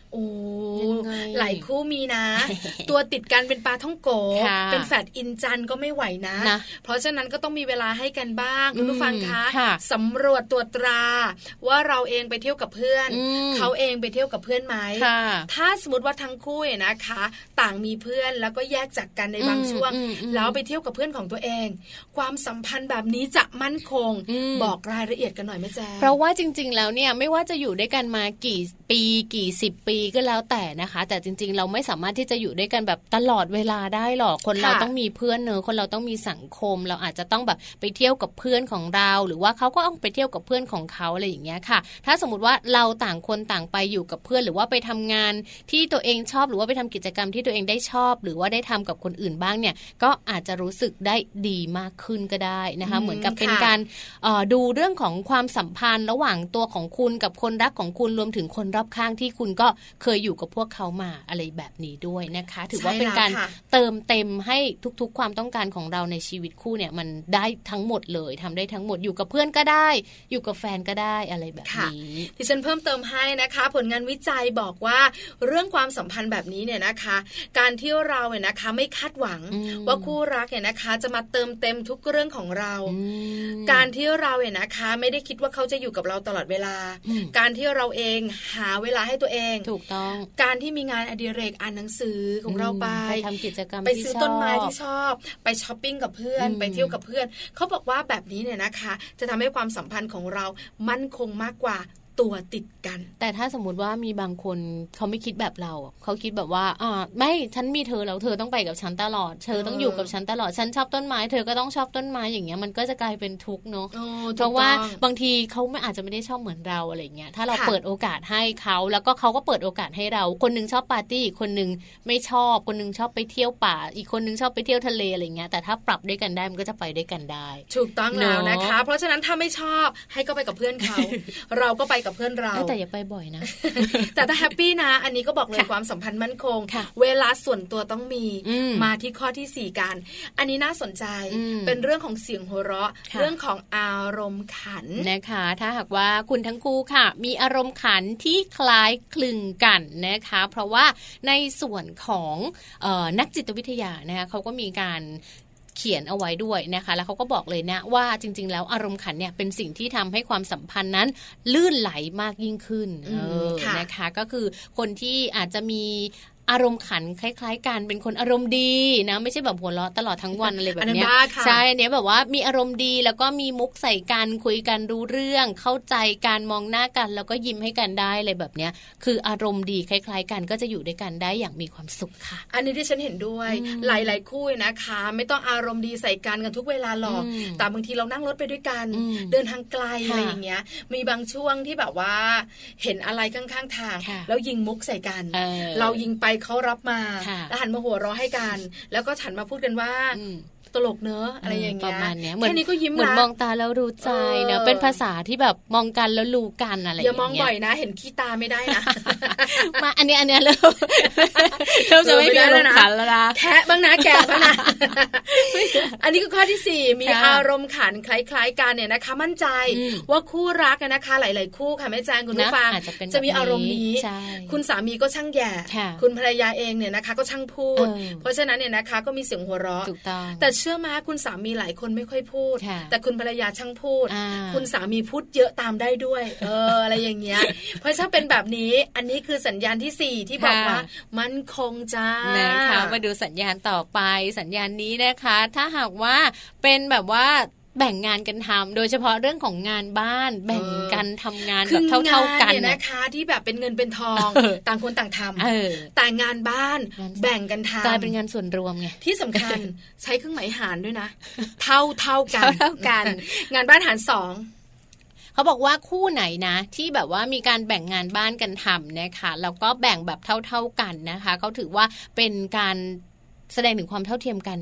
โอ้หลายคู่มีนะ ตัวติดกันเป็นปลาท่องโกเป็นแฝดอินจันก็ไม่ไหวนะนะเพราะฉะนั้นก็ต้องมีเวลาให้กันบ้างคุณผู้ฟังคะสำรวจตรวจตราว่าเราเองไปเที่ยวกับเพื่อนเขาเองไปเที่ยวกับเพื่อนไหมถ้าสมมติว่าทั้งคู่นะคะต่างมีเพื่อนแล้วก็แยกจากกันในบางช่วงแล้วไปเที่ยวกับเพื่อนของตัวเองความสัมพันธ์แบบนี้จะมั่นคงบอกรายละเอียดกันหน่อยแม่แจ๊เพราะว่าจริงๆแล้วเนี่ยไม่ว่าจะอยู่ด้วยกันมากี่ปีกี่สิบปีก็แล้วแต่นะคะแต่จริงๆเราไม่สามารถที่จะอยู่ด้วยกันแบบตลอดเวลาได้หรอกคนเราต้องมีเพื่อนเนอะคนเราต้องมีสังคมเราอาจจะต้องแบบไปเที่ยวกับเพื่อนของเราหรือว่าเขาก็ต้องไปเที่ยวกับเพื่อนของเขาอะไรอย่างเงี้ยค่ะถ้าสมมติว่าเราต่างคนต่างไปอยู่กับเพื่อนหรือว่าไปทำงานที่ตัวเองชอบหรือว่าไปทำกิจกรรมที่ตัวเองได้ชอบหรือว่าได้ทำกับคนอื่นบ้างเนี่ยก็อาจจะรู้สึกได้ดีมากขึ้นก็ได้นะคะเหมือนกับเป็นการดูเรื่องของความสัมพันธ์ระหว่างตัวของคุณกับคนรักของคุณรวมถึงคนรอบข้างที่คุณก็เคยอยู่กับพวกเขามาอะไรแบบนี้ด้วยนะคะถือว่าเป็นการเติมเต็มให้ทุกๆความต้องการของเราในชีวิตคู่เนี่ยมันได้ทั้งหมดเลยทำได้ทั้งหมดอยู่กับเพื่อนก็ได้อยู่กับแฟนก็ได้อะไรแบบนี้ที่ฉันเพิ่มเติมให้นะคะผลงานวิจัยบอกว่าเรื่องความสัมพันธ์แบบนี้เนี่ยนะคะการที่เราเนี่ยนะคะไม่คาดหวังว่าคู่รักเนี่ยนะคะจะมาเติมเต็มทุกเรื่องของเราการที่เราเนี่ยนะคะไม่ได้คิดว่าเขาจะอยู่กับเราตลอดเวลาการที่เราเองหาเวลาให้ตัวเองถูกต้องการที่มีงานอดิเรกอ่านหนังสือของเราไปไปทำกิจกรรมไปซื้อต้นไม้ที่ชอบไปช้อปปิ้งกับเพื่อนไปเที่ยวกับเพื่อนเขาบอกว่าแบบนี้เนี่ยนะคะจะทำให้ความสัมพันธ์ของเรามั่นคงมากกว่าตัวติดกันแต่ถ้าสมมุติว่ามีบางคนเขาไม่คิดแบบเราเขาคิดแบบว่าอ่าไม่ฉันมีเธอแล้วเธอต้องไปกับฉันตลอดเธอต้องอยู่กับฉันตลอดฉันชอบต้นไม้เธอก็ต้องชอบต้นไม้อย่างเงี้ยมันก็จะกลายเป็นทุกข์เนาะเพราะว่าบางทีเขาไม่อาจจะไม่ได้ชอบเหมือนเราอะไรเงี้ยถ้าเราเปิดโอกาสให้เขาแล้วก็เขาก็เปิดโอกาสให้เราคนนึงชอบปาร์ตี้อีกคนนึงไม่ชอบคนนึงชอบไปเที่ยวป่าอีกคนนึงชอบไปเที่ยวทะเลอะไรเงี้ยแต่ถ้าปรับด้วยกันได้มันก็จะไปด้วยกันได้ถูกต้องแล้วนะคะเพราะฉะนั้นถ้าไม่ชอบให้ก็ไปกับเพื่อนเขาเราก็ไปกับเพื่อนเราแต่อย่าไปบ่อยนะแต่ถ้าแฮปปี้นะอันนี้ก็บอกเลยความสัมพันธ์มั่นคงเวลาส่วนตัวต้องมีมาที่ข้อที่สี่กันอันนี้น่าสนใจเป็นเรื่องของเสียงหัวเราะเรื่องของอารมณ์ขันนะคะถ้าหากว่าคุณทั้งคู่ค่ะมีอารมณ์ขันที่คล้ายคลึงกันนะคะเพราะว่าในส่วนของเอ่อนักจิตวิทยานะคะเขาก็มีการเขียนเอาไว้ด้วยนะคะแล้วเขาก็บอกเลยนะว่าจริงๆแล้วอารมณ์ขันเนี่ยเป็นสิ่งที่ทำให้ความสัมพันธ์นั้นลื่นไหลมากยิ่งขึ้นเออนะคะก็คือคนที่อาจจะมีอารมณ์ขันคล้ายๆกันเป็นคนอารมณ์ดีนะไม่ใช่แบบหัวเราะตลอดทั้งวันอะไรแบบนี้ใช่เนี้ยแบบว่ามีอารมณ์ดีแล้วก็มีมุกใส่กันคุยกันรู้เรื่องเข้าใจการมองหน้ากันแล้วก็ยิ้มให้กันได้อะไรแบบเนี้ยคืออารมณ์ดีคล้ายๆกันก็จะอยู่ด้วยกันได้อย่างมีความสุขค่ะอันนี้ที่ฉันเห็นด้วยหลายๆคู่นะคะไม่ต้องอารมณ์ดีใส่กันกันทุกเวลาหรอกแต่บางทีเรานั่งรถไปด้วยกันเดินทางไกลอะไรอย่างเงี้ยมีบางช่วงที่แบบว่าเห็นอะไรข้างๆทางแล้วยิงมุกใส่กันเรายิงไปเขารับมาแล้วหันมาหัวเราะให้กันแล้วก็ฉันมาพูดกันว่าตลกเนอะอะไรอย่างเงี้ยประมาณเนี้ยเหมือนนี้ก็ยิ้มเหมือนมองตาแล้วรู้ใจเนอะเป็นภาษาที่แบบมองกันแล้วรู้กันอะไรอย่างเงี้ยอย่ามองบ่อยนะเห็นขี้ตาไม่ได้นะมาอันนี้อันนี้เริ่มเริ่มจะไม่มีอารมณ์ขันแล้วนะแคะบ้างนะแกะบ้างนะอันนี้ก็ข้อที่สี่มีอารมณ์ขันคล้ายๆกันเนี่ยนะคะมั่นใจว่าคู่รักนะคะหลายๆคู่ค่ะแม่แจงคุณผู้ฟังจะมีอารมณ์นี้คุณสามีก็ช่างแย่คุณภรรยาเองเนี่ยนะคะก็ช่างพูดเพราะฉะนั้นเนี่ยนะคะก็มีเสียงหัวเราะแต่เชื่อมาคุณสามีหลายคนไม่ค่อยพูดแต่คุณภรรยาช่างพูดคุณสามีพูดเยอะตามได้ด้วยเอออะไรอย่างเงี้ยเพราะถ้าเป็นแบบนี้อันนี้คือสัญญาณที่สี่ที่บอกว่ามั่นคงจ้านะคะมาดูสัญญาณต่อไปสัญญาณนี้นะคะถ้าหากว่าเป็นแบบว่าแบ่งงานกันทำโดยเฉพาะเรื่องของงานบ้านแบ่งกันทำงานแบบเท่าๆกันนะคะที่แบบเป็นเงินเป็นทองต่างคนต่างทำแต่งานบ้านแบ่งกันทำกลายเป็นงานส่วนรวมไงที่สำคัญใช้เครื่องหมายหารด้วยนะเท่าเท่ากันเท่ากันงานบ้านหารสองเขาบอกว่าคู่ไหนนะที่แบบว่ามีการแบ่งงานบ้านกันทำนะคะแล้วก็แบ่งแบบเท่าๆกันนะคะเขาถือว่าเป็นการแสดงถึงความเท่าเทียมกันไหม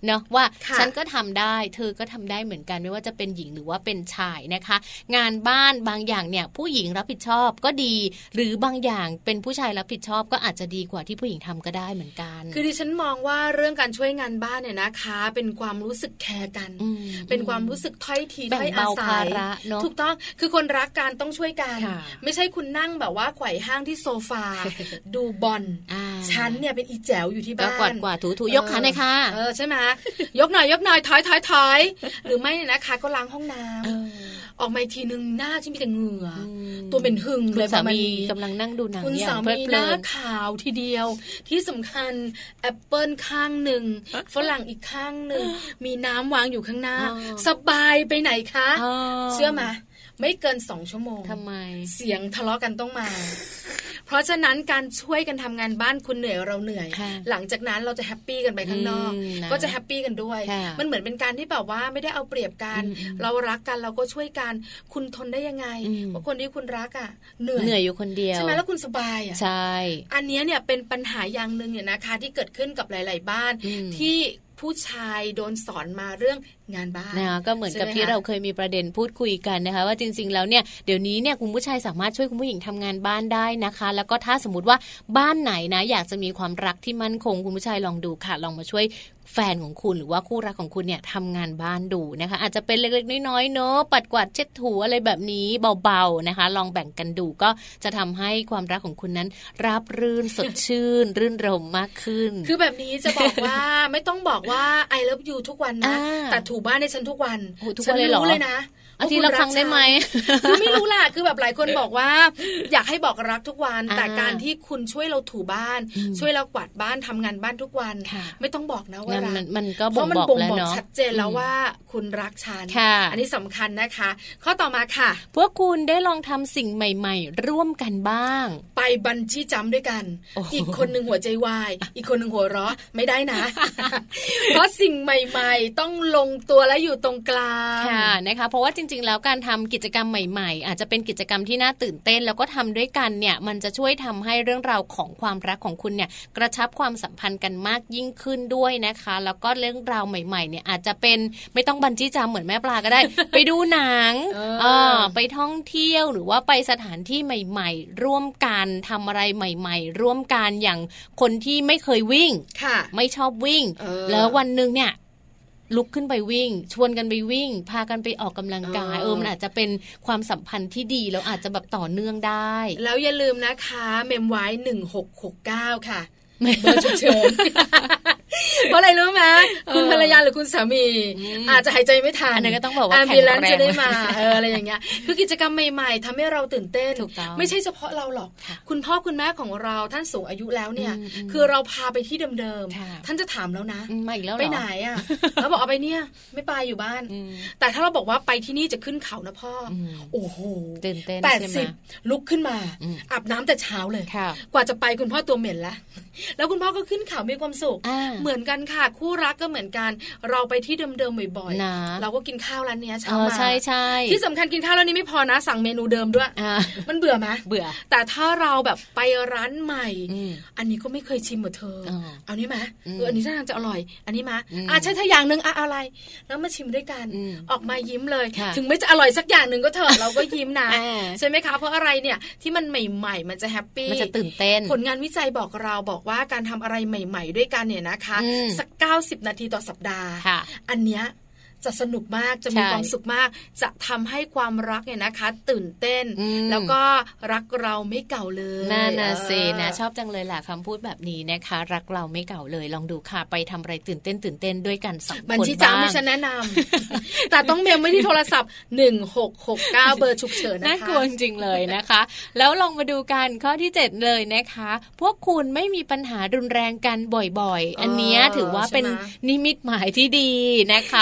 เนาะว่าฉันก็ทำได้เธอก็ทำได้เหมือนกันไม่ว่าจะเป็นหญิงหรือว่าเป็นชายนะคะงานบ้านบางอย่างเนี่ยผู้หญิงรับผิดชอบก็ดีหรือบางอย่างเป็นผู้ชายรับผิดชอบก็อาจจะดีกว่าที่ผู้หญิงทำก็ได้เหมือนกันคือดิฉันมองว่าเรื่องการช่วยงานบ้านเนี่ยนะคะเป็นความรู้สึกแคร์กันเป็นความรู้สึกถ้อยทีถ้อยอาศัยถูกต้องคือคนรักกันต้องช่วยกันไม่ใช่คุณนั่งแบบว่าไขว่ห้างที่โซฟาดูบอลฉันเนี่ยเป็นอีแจ๋วอยู่ที่บ้านกวาดกวาดถูถูยกขาหน่อยค่ะเออใช่ไหมยกหน่อยยกหน่อยถอยถอยถอยหรือไม่นะคะก็ล้างห้องน้ำออกมาทีนึงหน้าที่มีแต่เหงื่อตัวเป็นหึงเลยสามีกำลังนั่งดูหนังอย่างเพลิดเพลินหน้าขาวทีเดียวที่สำคัญแอปเปิลข้างหนึ่งฝรั่งอีกข้างหนึ่งมีน้ำวางอยู่ข้างหน้าสบายไปไหนคะเชื่อไหมไม่เกินสองชั่วโมงทำไมเสียงทะเลาะกันต้องมาเพราะฉะนั้นการช่วยกันทำงานบ้านคุณเหนื่อยเราเหนื่อยหลังจากนั้นเราจะแฮปปี้กันไปข้างนอกก็จะแฮปปี้กันด้วยมันเหมือนเป็นการที่แบบว่าไม่ได้เอาเปรียบกันเรารักกันเราก็ช่วยกันคุณทนได้ยังไงเพราะคนที่คุณรักอ่ะเหนื่อยเหนื่อยอยู่คนเดียวใช่ไหมแล้วคุณสบายอ่ะใช่อันนี้เนี่ยเป็นปัญหาอย่างนึงเนี่ยนะคะที่เกิดขึ้นกับหลายๆบ้านที่ผู้ชายโดนสอนมาเรื่องงานบ้านนะก็เหมือนกับที่เราเคยมีประเด็นพูดคุยกันนะคะว่าจริงๆแล้วเนี่ยเดี๋ยวนี้เนี่ยคุณผู้ชายสามารถช่วยคุณผู้หญิงทำงานบ้านได้นะคะแล้วก็ถ้าสมมติว่าบ้านไหนนะอยากจะมีความรักที่มั่นคงคุณผู้ชายลองดูค่ะลองมาช่วยแฟนของคุณหรือว่าคู่รักของคุณเนี่ยทำงานบ้านดูนะคะอาจจะเป็นเล็กๆน้อยๆเนาะปัดกวาดเช็ดถูอะไรแบบนี้เบาๆนะคะลองแบ่งกันดูก็จะทำให้ความรักของคุณนั้นราบรื่นสดชื่นรื่นรมมากขึ้นคือแบบนี้จะบอกว่า ไม่ต้องบอกว่า I love you ทุกวันนะแต่ถูบ้านในฉันทุกวันฉันรู้เลยนะอาทิตย์ละครั้งได้ไหมคือไม่รู้ล่ะคือแบบหลายคนบอกว่าอยากให้บอกรักทุกวันแต่การที่คุณช่วยเราถูบ้านช่วยเรากวาดบ้านทำงานบ้านทุกวันไม่ต้องบอกนะว่ารักมันก็บ่งบอกแล้วเนาะชัดเจนแล้วว่าคุณรักฉันอันนี้สำคัญนะคะข้อต่อมาค่ะพวกคุณได้ลองทำสิ่งใหม่ๆร่วมกันบ้างไปบันจี้จัมป์ด้วยกันอีกคนนึงหัวใจวายอีกคนนึงหัวเราะไม่ได้นะเพราะสิ่งใหม่ๆต้องลงตัวและอยู่ตรงกลางค่ะนะคะเพราะว่าจริงๆแล้วการทำกิจกรรมใหม่ๆอาจจะเป็นกิจกรรมที่น่าตื่นเต้นแล้วก็ทำด้วยกันเนี่ยมันจะช่วยทำให้เรื่องราวของความรักของคุณเนี่ยกระชับความสัมพันธ์กันมากยิ่งขึ้นด้วยนะคะแล้วก็เรื่องราวใหม่ๆเนี่ยอาจจะเป็นไม่ต้องบันจี้จัมป์เหมือนแม่ปลาก็ได้ ไปดูหนังเออไปท่องเที่ยวหรือว่าไปสถานที่ใหม่ๆร่วมกันทำอะไรใหม่ๆร่วมกันอย่างคนที่ไม่เคยวิ่งไม่ชอบวิ่งแล้ววันนึงเนี่ยลุกขึ้นไปวิ่งชวนกันไปวิ่งพากันไปออกกำลังกายเออมันอาจจะเป็นความสัมพันธ์ที่ดีแล้วอาจจะแบบต่อเนื่องได้แล้วอย่าลืมนะคะเมมไว้หนึ่งหกหกเก้าค่ะเบอร์ฉุกเฉินเพราะอะไรรู้ไหมคุณภรรยาหรือคุณสามีอาจจะหายใจไม่ทันอันนี้ก็ต้องบอกว่าแข็งแรงจะได้มาเอออะไรอย่างเงี้ยคือกิจกรรมใหม่ๆทำให้เราตื่นเต้นไม่ใช่เฉพาะเราหรอกคุณพ่อคุณแม่ของเราท่านสูงอายุแล้วเนี่ยคือเราพาไปที่เดิมๆท่านจะถามแล้วนะไปไหนอ่ะแล้วบอกเอาไปเนี่ยไม่ไปอยู่บ้านแต่ถ้าเราบอกว่าไปที่นี่จะขึ้นเขานะพ่อโอ้โหตื่นเต้นแปดสิบลุกขึ้นมาอาบน้ำแต่เช้าเลยกว่าจะไปคุณพ่อตัวเหม็นแล้วแล้วคุณพ่อก็ขึ้นเขามีความสุขเหมือนกันค่ะคู่รักก็เหมือนกันเราไปที่เดิมๆบ่อยๆเราก็กินข้าวร้านนี้เช้ามาใช่ใช่ที่สำคัญกินข้าวร้านนี้ไม่พอนะสั่งเมนูเดิมด้วยมันเบื่อไหมเบื่อแต่ถ้าเราแบบไปร้านใหม่อันนี้ก็ไม่เคยชิมเหมือนเธอเอานี้ไหมเอออันนี้ท่าทางจะอร่อยอันนี้มาอ่ะใช่ถ้าอย่างนึงอะอะไรแล้วมาชิมด้วยกันออกมายิ้มเลยถึงไม่จะอร่อยสักอย่างนึงก็เถอะเราก็ยิ้มนะใช่ไหมคะเพราะอะไรเนี่ยที่มันใหม่ๆมันจะแฮปปี้มันจะตื่นเต้นผลงานวิจัยบอกเราบอกว่าการทำอะไรใหม่ๆด้วยกันเนี่ยนะคะสักเก้าสิบนาทีต่อสัปดาห์อันเนี้ยจะสนุกมากจะมีความสุขมากจะทำให้ความรักเนี่ยนะคะตื่นเต้นแล้วก็รักเราไม่เก่าเลยน่าน่าเซนะชอบจังเลยแหละคำพูดแบบนี้นะคะรักเราไม่เก่าเลยลองดูค่ะไปทำอะไรตื่นเต้นตื่นเต้นด้วยกันสองคนบ้างบัญชีจ้าไม่ฉันแนะนำ แต่ต้องเมมไว้ที่โทรศัพท์หนึ่งหกหกเก้าเบอร์ฉุกเฉินนะคะน่ากลัวจริงเลยนะคะแล้วลองมาดูกันข้อที่เจ็ดเลยนะคะพวกคุณไม่มีปัญหารุนแรงกันบ่อยๆอันนี้ถือว่าเป็นนิมิตหมายที่ดีนะคะแล้วก็ไม่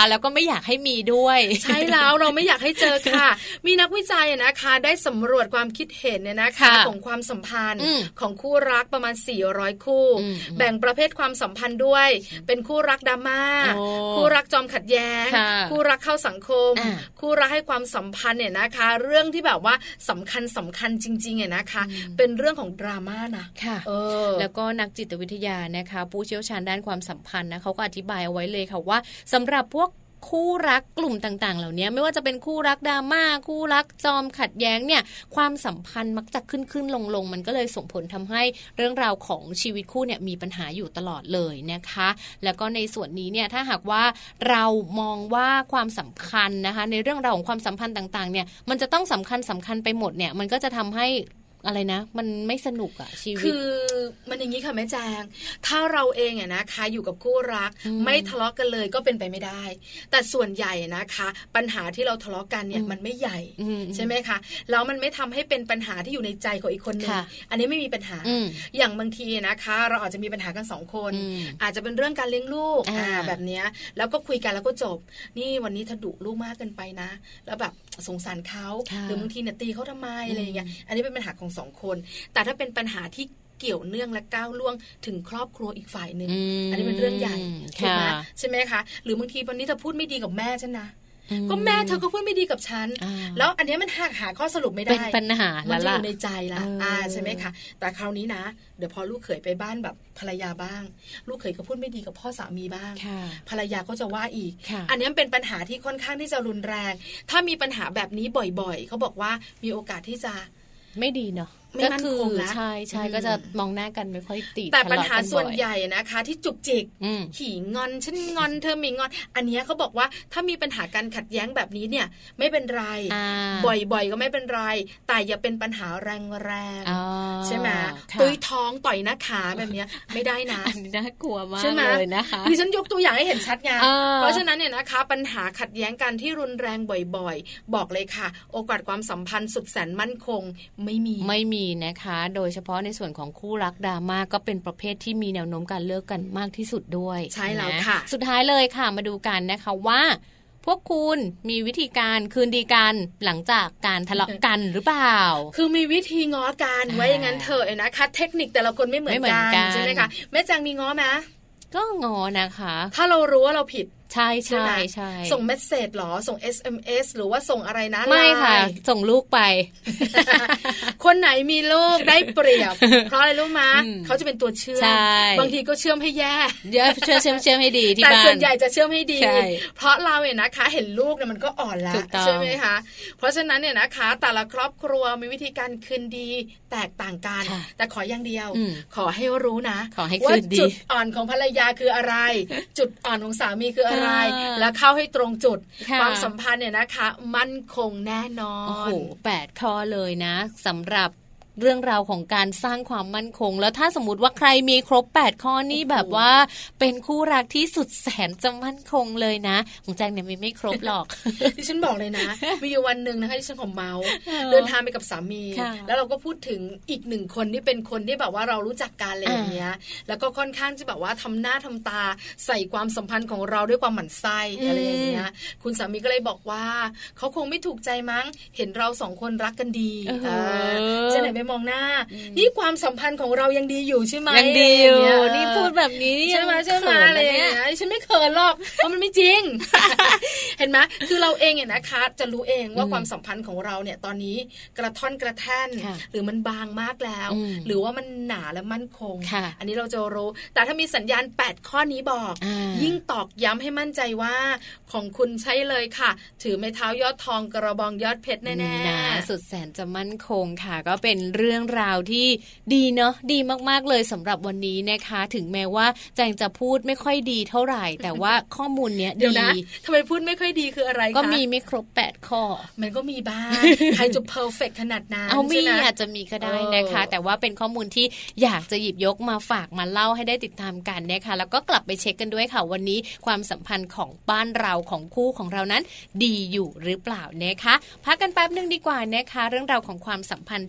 อยากให้มีด้วยใช่แล้วเราไม่อยากให้เจอค่ะมีนักวิจัยนะคะได้สำรวจความคิดเห็นเนี่ยนะคะของความสัมพันธ์ของคู่รักประมาณสี่ร้อยคู่แบ่งประเภทความสัมพันธ์ด้วยเป็นคู่รักดราม่าคู่รักจอมขัดแย้งคู่รักเข้าสังคมคู่รักให้ความสัมพันธ์เนี่ยนะคะเรื่องที่แบบว่าสำคัญสำคัญจริงๆเนี่ยนะคะเป็นเรื่องของดราม่านะค่ะแล้วก็นักจิตวิทยานะคะผู้เชี่ยวชาญด้านความสัมพันธ์นะเขาก็อธิบายเอาไว้เลยค่ะว่าสำหรับพวกคู่รักกลุ่มต่างๆเหล่านี้ไม่ว่าจะเป็นคู่รักดราม่าคู่รักจอมขัดแย้งเนี่ยความสัมพันธ์มักจะขึ้นขึ้นลงลงมันก็เลยส่งผลทำให้เรื่องราวของชีวิตคู่เนี่ยมีปัญหาอยู่ตลอดเลยนะคะแล้วก็ในส่วนนี้เนี่ยถ้าหากว่าเรามองว่าความสำคัญนะคะในเรื่องราวของความสัมพันธ์ต่างๆเนี่ยมันจะต้องสำคัญสำคัญไปหมดเนี่ยมันก็จะทำให้อะไรนะมันไม่สนุกอะชีวิตคือมันอย่างนี้ค่ะแม่แจงถ้าเราเองอะนะคะอยู่กับคู่รักไม่ทะเลาะกันเลยก็เป็นไปไม่ได้แต่ส่วนใหญ่นะคะปัญหาที่เราทะเลาะกันเนี่ยมันไม่ใหญ่ใช่ไหมคะแล้วมันไม่ทำให้เป็นปัญหาที่อยู่ในใจของอีกคนนึงอันนี้ไม่มีปัญหาอย่างบางทีนะคะเราอาจจะมีปัญหากันสองคนอาจจะเป็นเรื่องการเลี้ยงลูกแบบนี้แล้วก็คุยกันแล้วก็จบนี่วันนี้ถ้าดุลูกมากเกินไปนะแล้วแบบสงสารเขาหรือบางทีเนี่ยตีเขาทำไมอะไรอย่างเงี้ยอันนี้เป็นปัญหาของสองคนแต่ถ้าเป็นปัญหาที่เกี่ยวเนื่องและก้าวล่วงถึงครอบครัวอีกฝ่ายนึง อ, อันนี้เป็นเรื่องใหญ่ถูกไหมใช่ไหมคะหรือบางทีวันนี้เธอพูดไม่ดีกับแม่ฉันนะก็แม่เธอก็พูดไม่ดีกับฉันแล้วอันนี้มันหาหาข้อสรุปไม่ได้เป็นปัญหามันจะอยู่ในใจละอ่าใช่ไหมคะแต่คราวนี้นะเดี๋ยวพอลูกเขยไปบ้านแบบภรรยาบ้างลูกเขยก็พูดไม่ดีกับพ่อสามีบ้างภรรยาก็จะว่าอีกอันนี้เป็นปัญหาที่ค่อนข้างที่จะรุนแรงถ้ามีปัญหาแบบนี้บ่อยๆเขาบอกว่ามีโอกาสที่จะไม่ดีเนาะก็คือใช่ใช่ก็จะมองหน้ากันไม่ค่อยติดแต่ปัญหาส่วนใหญ่นะคะที่จุกจิกขี่งอนฉันงอนเธอมีงอนอันนี้เขาบอกว่าถ้ามีปัญหาการขัดแย้งแบบนี้เนี่ยไม่เป็นไรบ่อยๆก็ไม่เป็นไรแต่อย่าเป็นปัญหาแรงๆใช่ไหมตุ้ยท้องต่อยหน้าขาแบบนี้ไม่ได้นะอันนี้น่ากลัวมากเลยนะคะดิฉันยกตัวอย่างให้เห็นชัดไงเพราะฉะนั้นเนี่ยนะคะปัญหาขัดแย้งกันที่รุนแรงบ่อยๆบอกเลยค่ะโอกาสความสัมพันธ์สุดแสนมั่นคงไม่มีไม่มีนะคะโดยเฉพาะในส่วนของคู่รักดราม่าก็เป็นประเภทที่มีแนวโน้มการเลิกกันมากที่สุดด้วยใช่แล้วค่ะสุดท้ายเลยค่ะมาดูกันนะคะว่าพวกคุณมีวิธีการคืนดีกันหลังจากการทะเลาะกันหรือเปล่าคือมีวิธีง้อกันไว้อย่างนั้นเถอะนะคะเทคนิคแต่ละคนไม่เหมือนกันใช่ไหมคะแม่แจงมีง้อไหมก็ง้อนะคะถ้าเรารู้ว่าเราผิดใช่ใช่ใช่ส่งเมสเสจหรอส่ง เอส เอ็ม เอส หรือว่าส่งอะไรนะไม่ค่ะส่งลูกไปคนไหนมีลูกได้เปรียบเพราะอะไรรู้มั้ยเขาจะเป็นตัวเชื่อมบางทีก็เชื่อมให้แย่เยอะเชื่อเชื่อมเชื่อมให้ดีที่บ้านแต่ส่วนใหญ่จะเชื่อมให้ดีเพราะเราเนี่ยนะคะเห็นลูกเนี่ยมันก็อ่อนแล้วใช่ไหมคะเพราะฉะนั้นเนี่ยนะคะแต่ละครอบครัวมีวิธีการคืนดีแตกต่างกันแต่ขออย่างเดียวขอให้รู้นะว่าจุดอ่อนของภรรยาคืออะไรจุดอ่อนของสามีคืออะไรแล้วเข้าให้ตรงจุดความสัมพันธ์เนี่ยนะคะมั่นคงแน่นอนโอ้โหแปดข้อเลยนะสำหรับเรื่องราวของการสร้างความมั่นคงแล้วถ้าสมมุติว่าใครมีครบแปดข้อนี่แบบว่าเป็นคู่รักที่สุดแสนจะมั่นคงเลยนะของแจงเนี่ยไม่ครบหรอกดิฉันบอกเลยนะมีอยู่วันนึงนะคะดิฉันของเมาเดินทางไปกับสามีแล้วเราก็พูดถึงอีกหนึ่งคนที่เป็นคนที่แบบว่าเรารู้จักกันอะไรอย่างเงี้ยแล้วก็ค่อนข้างจะแบบว่าทำหน้าทำตาใส่ความสัมพันธ์ของเราด้วยความหมั่นไส้อะไรอย่างเงี้ยคุณสามีก็เลยบอกว่าเขาคงไม่ถูกใจมั้งเห็นเราสองคนรักกันดีจะไหนไปมองหน้านี่ความสัมพันธ์ของเรายังดีอยู่ใช่ไหมยังดีอยู่นี่พูดแบบนี้ใช่ไหมใช่ไหมอะไรอย่างเงี้ยฉันไม่เขินหรอกเพราะมันไม่จริง เห็นไหมคือเราเองเนี่ยนะคะจะรู้เองว่าความสัมพันธ์ของเราเนี่ยตอนนี้กระท่อนกระแท่นหรือมันบางมากแล้วหรือว่ามันหนาและมั่นคงอันนี้เราจะรู้แต่ถ้ามีสัญญาณแปดข้อนี้บอกยิ่งตอกย้ำให้มั่นใจว่าของคุณใช่เลยค่ะถือไม้เท้ายอดทองกระบองยอดเพชรแน่ๆสุดแสนจะมั่นคงค่ะก็เป็นเรื่องราวที่ดีเนาะดีมากๆเลยสำหรับวันนี้นะคะถึงแม้ว่าแจงจะพูดไม่ค่อยดีเท่าไหร่แต่ว่าข้อมูลเนี้ยดีทำไมพูดไม่ค่อยดีคืออะไรคะก็มีไม่ครบแปดข้อมันก็มีบ้างใครจะเพอร์เฟคขนาดนั้นเอามีอาจจะมีก็ได้นะคะแต่ว่าเป็นข้อมูลที่อยากจะหยิบยกมาฝากมาเล่าให้ได้ติดตามกันนะคะแล้วก็กลับไปเช็คกันด้วยค่ะวันนี้ความสัมพันธ์ของบ้านเราของคู่ของเรานั้นดีอยู่หรือเปล่านะคะพักกันแป๊บนึงดีกว่านะคะเรื่องราวของความสัมพันธ์ที่ดีค่ะ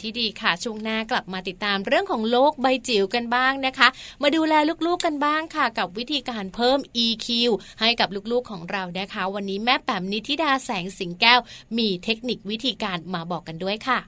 ค่ะช่วงหน้ากลับมาติดตามเรื่องของโลกใบจิ๋วกันบ้างนะคะมาดูแลลูกๆกันบ้างค่ะกับวิธีการเพิ่ม อี คิว ให้กับลูกๆของเรานะคะวันนี้แม่แป๋มนิธิดาแสงสิงแก้วมีเทคนิควิธีการมาบอกกันด้วยค่ะ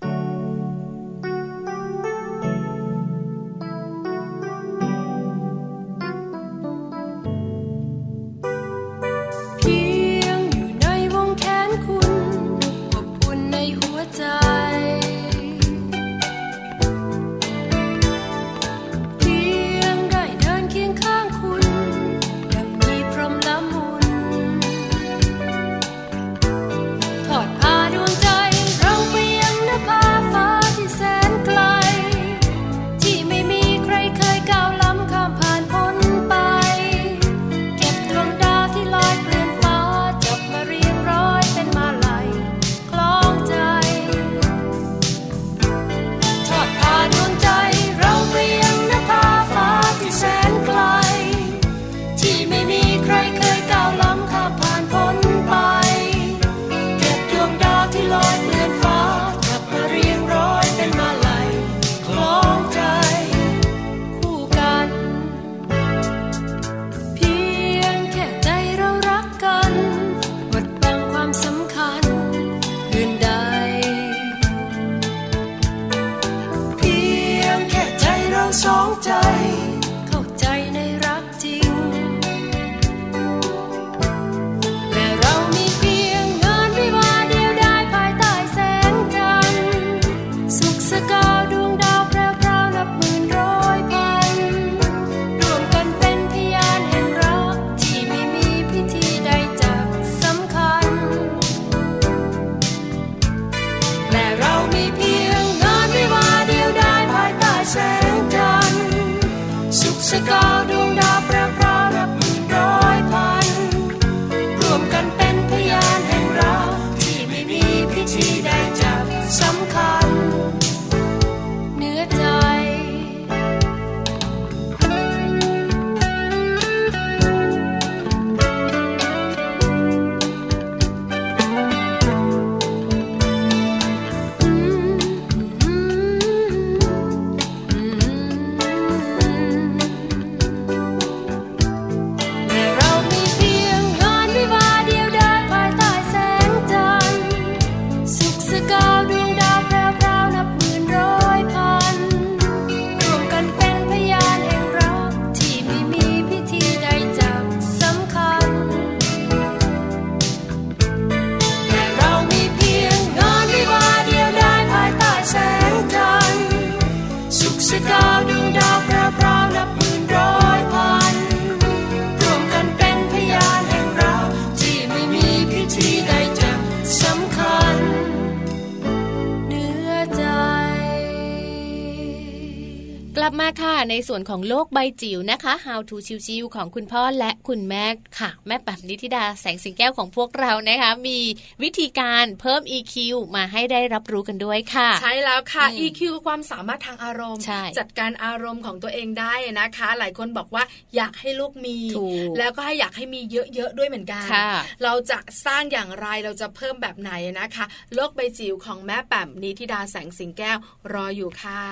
กลับมาค่ะในส่วนของโลกใบจิ๋วนะคะ How to ชิวๆของคุณพ่อและคุณแม่ค่ะแม่แป๋มนิธิดาแสงสิงแก้วของพวกเรานะคะมีวิธีการเพิ่ม อี คิว มาให้ได้รับรู้กันด้วยค่ะใช่แล้วค่ะ อี คิว ความสามารถทางอารมณ์จัดการอารมณ์ของตัวเองได้นะคะหลายคนบอกว่าอยากให้ลูกมีแล้วก็ให้อยากให้มีเยอะๆด้วยเหมือนกันเราจะสร้างอย่างไรเราจะเพิ่มแบบไหนนะคะโลกใบจิ๋วของแม่แป๋มนิธิดาแสงสิงแก้วรออยู่ค่ะ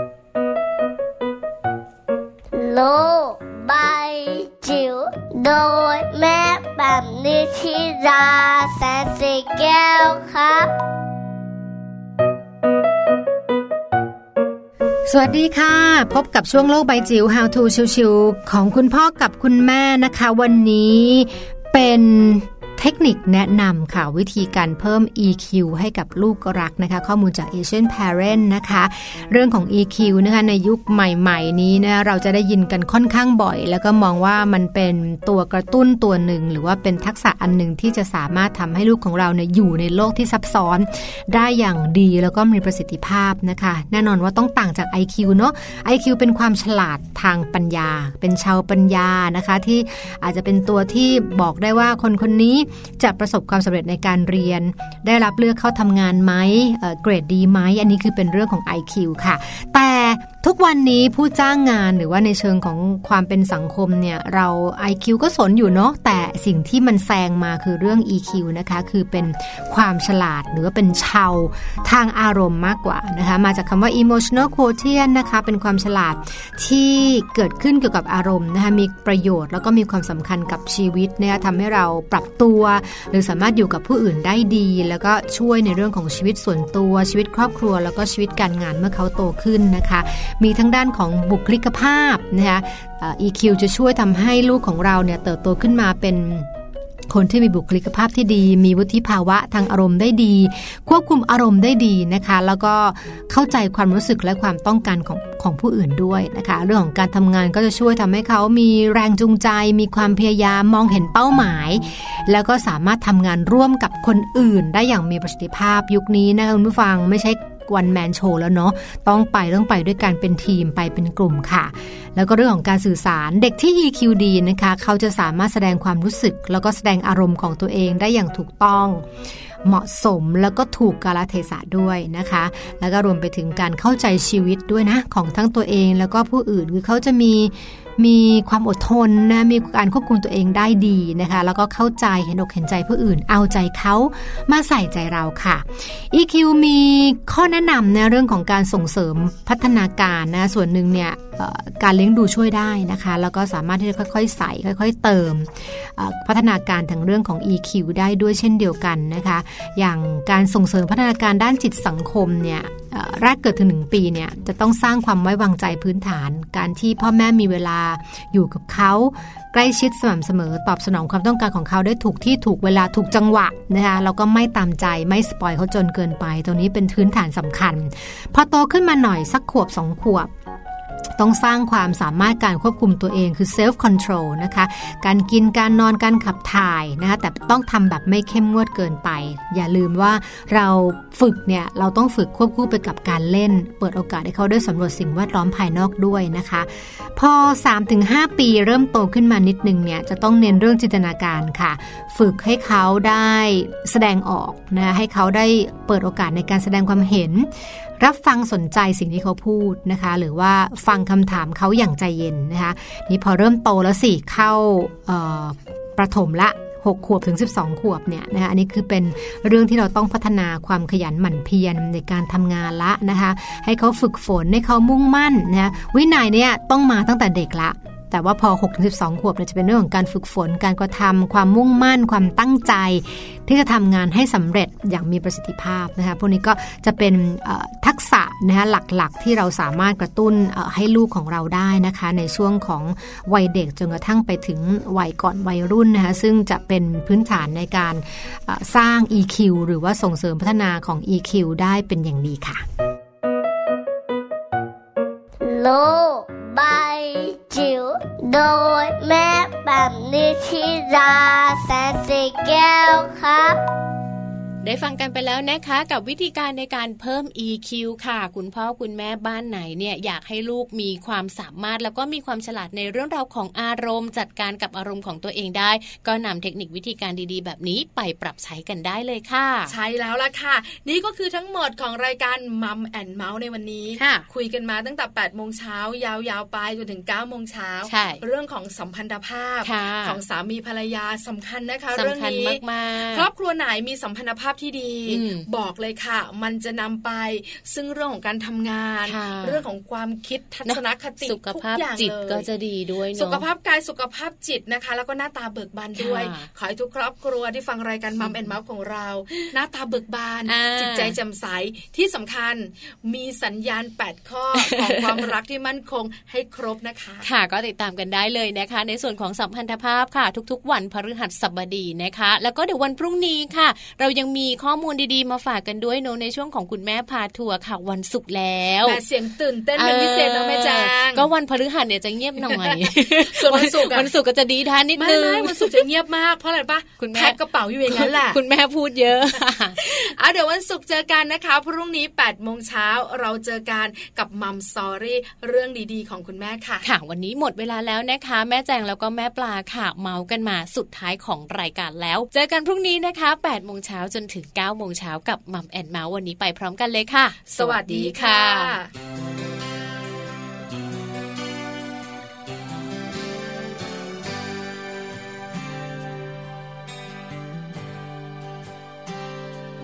โลกใบจิ๋วโดยแม่แป๋มนิธิดาแสงสิงแก้วครับสวัสดีค่ะพบกับช่วงโลกใบจิ๋ว How to ชิวๆของคุณพ่อกับคุณแม่นะคะวันนี้เป็นเทคนิคแนะนำค่ะวิธีการเพิ่ม อี คิว ให้กับลูกรักนะคะข้อมูลจาก Asian Parent นะคะเรื่องของ อี คิว นะคะในยุคใหม่ๆนี้นะเราจะได้ยินกันค่อนข้างบ่อยแล้วก็มองว่ามันเป็นตัวกระตุ้นตัวหนึ่งหรือว่าเป็นทักษะอันหนึ่งที่จะสามารถทำให้ลูกของเราเนี่ยอยู่ในโลกที่ซับซ้อนได้อย่างดีแล้วก็มีประสิทธิภาพนะคะแน่นอนว่าต้องต่างจาก ไอ คิว เนาะ ไอ คิว เป็นความฉลาดทางปัญญาเป็นชาวปัญญานะคะที่อาจจะเป็นตัวที่บอกได้ว่าคนคนนี้จะประสบความสำเร็จในการเรียนได้รับเลือกเข้าทำงานไหมเอ่อเกรดดีไหมอันนี้คือเป็นเรื่องของ ไอ คิว ค่ะแต่ทุกวันนี้ผู้จ้างงานหรือว่าในเชิงของความเป็นสังคมเนี่ยเรา ไอ คิว ก็สนอยู่เนาะแต่สิ่งที่มันแซงมาคือเรื่อง อี คิว นะคะคือเป็นความฉลาดหรือว่าเป็นชาวทางอารมณ์มากกว่านะคะมาจากคำว่า emotional quotient นะคะเป็นความฉลาดที่เกิดขึ้นเกี่ยวกับอารมณ์นะคะมีประโยชน์แล้วก็มีความสำคัญกับชีวิตนะคะทำให้เราปรับตัวหรือสามารถอยู่กับผู้อื่นได้ดีแล้วก็ช่วยในเรื่องของชีวิตส่วนตัวชีวิตครอบครัวแล้วก็ชีวิตการงานเมื่อเขาโตขึ้นนะคะมีทั้งด้านของบุคลิกภาพนะคะ อี คิว จะช่วยทำให้ลูกของเราเนี่ยเติบโตขึ้นมาเป็นคนที่มีบุคลิกภาพที่ดีมีวุฒิภาวะทางอารมณ์ได้ดีควบคุมอารมณ์ได้ดีนะคะแล้วก็เข้าใจความรู้สึกและความต้องการของของผู้อื่นด้วยนะคะเรื่องของการทำงานก็จะช่วยทำให้เขามีแรงจูงใจมีความพยายามมองเห็นเป้าหมายแล้วก็สามารถทำงานร่วมกับคนอื่นได้อย่างมีประสิทธิภาพยุคนี้นะคะคุณผู้ฟังไม่ใช่วันแมนโชว์แล้วเนาะต้องไปต้องไปด้วยกันเป็นทีมไปเป็นกลุ่มค่ะแล้วก็เรื่องของการสื่อสารเด็กที่ อี คิว ดีนะคะเขาจะสามารถแสดงความรู้สึกแล้วก็แสดงอารมณ์ของตัวเองได้อย่างถูกต้องเหมาะสมแล้วก็ถูกกาลเทศะด้วยนะคะแล้วก็รวมไปถึงการเข้าใจชีวิตด้วยนะของทั้งตัวเองแล้วก็ผู้อื่นคือเขาจะมีมีความอดทนนะมีการควบคุมตัวเองได้ดีนะคะแล้วก็เข้าใจเห็นอกเห็นใจผู้อื่นเอาใจเขามาใส่ใจเราค่ะ อี คิว มีข้อแนะนำในเรื่องของการส่งเสริมพัฒนาการนะส่วนหนึ่งเนี่ยการเลี้ยงดูช่วยได้นะคะแล้วก็สามารถที่จะค่อยๆใส่ค่อยๆเติมพัฒนาการทางเรื่องของ อี คิว ได้ด้วยเช่นเดียวกันนะคะอย่างการส่งเสริมพัฒนาการด้านจิตสังคมเนี่ยแรกเกิดถึงหนึ่งปีเนี่ยจะต้องสร้างความไว้วางใจพื้นฐานการที่พ่อแม่มีเวลาอยู่กับเขาใกล้ชิดสม่ำเสมอตอบสนองความต้องการของเขาได้ถูกที่ถูกเวลาถูกจังหวะนะคะแล้วก็ไม่ตามใจไม่สปอยเขาจนเกินไปตรงนี้เป็นพื้นฐานสำคัญพอโตขึ้นมาหน่อยสักขวบสองขวบต้องสร้างความสามารถการควบคุมตัวเองคือ self control นะคะการกินการนอนการขับถ่ายนะคะแต่ต้องทำแบบไม่เข้มงวดเกินไปอย่าลืมว่าเราฝึกเนี่ยเราต้องฝึกควบคู่ไปกับการเล่นเปิดโอกาสให้เขาได้สำรวจสิ่งแวดล้อมภายนอกด้วยนะคะพอ สามถึงห้า ปีเริ่มโตขึ้นมานิดนึงเนี่ยจะต้องเน้นเรื่องจินตนาการค่ะฝึกให้เขาได้แสดงออกนะให้เขาได้เปิดโอกาสในการแสดงความเห็นรับฟังสนใจสิ่งที่เขาพูดนะคะหรือว่าฟังคำถามเขาอย่างใจเย็นนะคะนี่พอเริ่มโตแล้วสิเข้าประถมละหกขวบถึงสิบสองขวบเนี่ยนะคะอันนี้คือเป็นเรื่องที่เราต้องพัฒนาความขยันหมั่นเพียรในการทำงานละนะคะให้เขาฝึกฝนให้เขามุ่งมั่นนะวินัยเนี่ยต้องมาตั้งแต่เด็กละแต่ว่าพอ หกถึงสิบสอง ขวบเนี่ยจะเป็นเรื่องของการฝึกฝนการกระทำความมุ่งมั่นความตั้งใจที่จะทำงานให้สำเร็จอย่างมีประสิทธิภาพนะคะพวกนี้ก็จะเป็นทักษะนะคะหลักๆที่เราสามารถกระตุ้นให้ลูกของเราได้นะคะในช่วงของวัยเด็กจนกระทั่งไปถึงวัยก่อนวัยรุ่นนะคะซึ่งจะเป็นพื้นฐานในการสร้าง อี คิว หรือว่าส่งเสริมพัฒนาของ อี คิว ได้เป็นอย่างดีค่ะโลกใบจิ๋วโดยแม่แบบนิชิราแสนสีแก้วครับได้ฟังกันไปแล้วนะคะกับวิธีการในการเพิ่ม อี คิว ค่ะคุณพ่อคุณแม่บ้านไหนเนี่ยอยากให้ลูกมีความสามารถแล้วก็มีความฉลาดในเรื่องราวของอารมณ์จัดการกับอารมณ์ของตัวเองได้ก็นำเทคนิควิธีการดีๆแบบนี้ไปปรับใช้กันได้เลยค่ะใช่แล้วล่ะค่ะนี่ก็คือทั้งหมดของรายการมัมแอนด์เมาส์ในวันนี้คุยกันมาตั้งแต่แปดโมงเช้ายาวๆไปจนถึงเก้าโมงเช้าเรื่องของสัมพันธภาพของสามีภรรยาสำคัญนะคะเรื่องนี้ครอบครัวไหนมีสัมพันธภาพที่ดีบอกเลยค่ะมันจะนำไปซึ่งเรื่องของการทำงานเรื่องของความคิดทัศนคติสุขภาพจิตก็จะดีด้วยเนาะสุขภาพกายสุขภาพจิตนะคะแล้วก็หน้าตาเบิกบานด้วยขอให้ทุกครอบครัวที่ฟังรายการมัมแอนด์เมาส์ของเราหน้าตาเบิกบานจิตใจแจ่มใสที่สำคัญมีสัญญาณแปดข้อของความรักที่มั่นคงให้ครบนะคะค่ะก็ติดตามกันได้เลยนะคะในส่วนของสัมพันธภาพค่ะทุกๆวันพฤหัสบดีนะคะแล้วก็เดี๋ยววันพรุ่งนี้ค่ะเรายังมีข้อมูลดีๆมาฝากกันด้วยเนาะในช่วงของคุณแม่พาทัวร์ค่ะวันศุกร์แล้วแม่เสียงตื่นเต้นเป็นพิเศษนะแม่แจงก็วันพฤหัสเนี่ยจะเงียบหน่อยส่วนวันศุกร์วันศุกร์ก็จะดีท่านิดนึงไม่วันศุกร์จะเงียบมากเพราะอะไรปะแพ็คกระเป๋าอยู่อย่างนั้นแหละคุณแม่พูดเยอะอ่ะเดี๋ยววันศุกร์เจอกันนะคะพรุ่งนี้แปดโมงเช้าเราเจอกันกับมัมสตอรี่เรื่องดีๆของคุณแม่ค่ะค่ะวันนี้หมดเวลาแล้วนะคะแม่แจงแล้วก็แม่ปลาค่ะเมากันมาสุดท้ายของรายการแล้วเจอกันพรุ่งนี้นะคะแปดโมงเช้าจนถึงเก้าโมงเช้ากับมัมแอนด์เมาส์วันนี้ไปพร้อมกันเลยค่ะสวัสดีค่ะ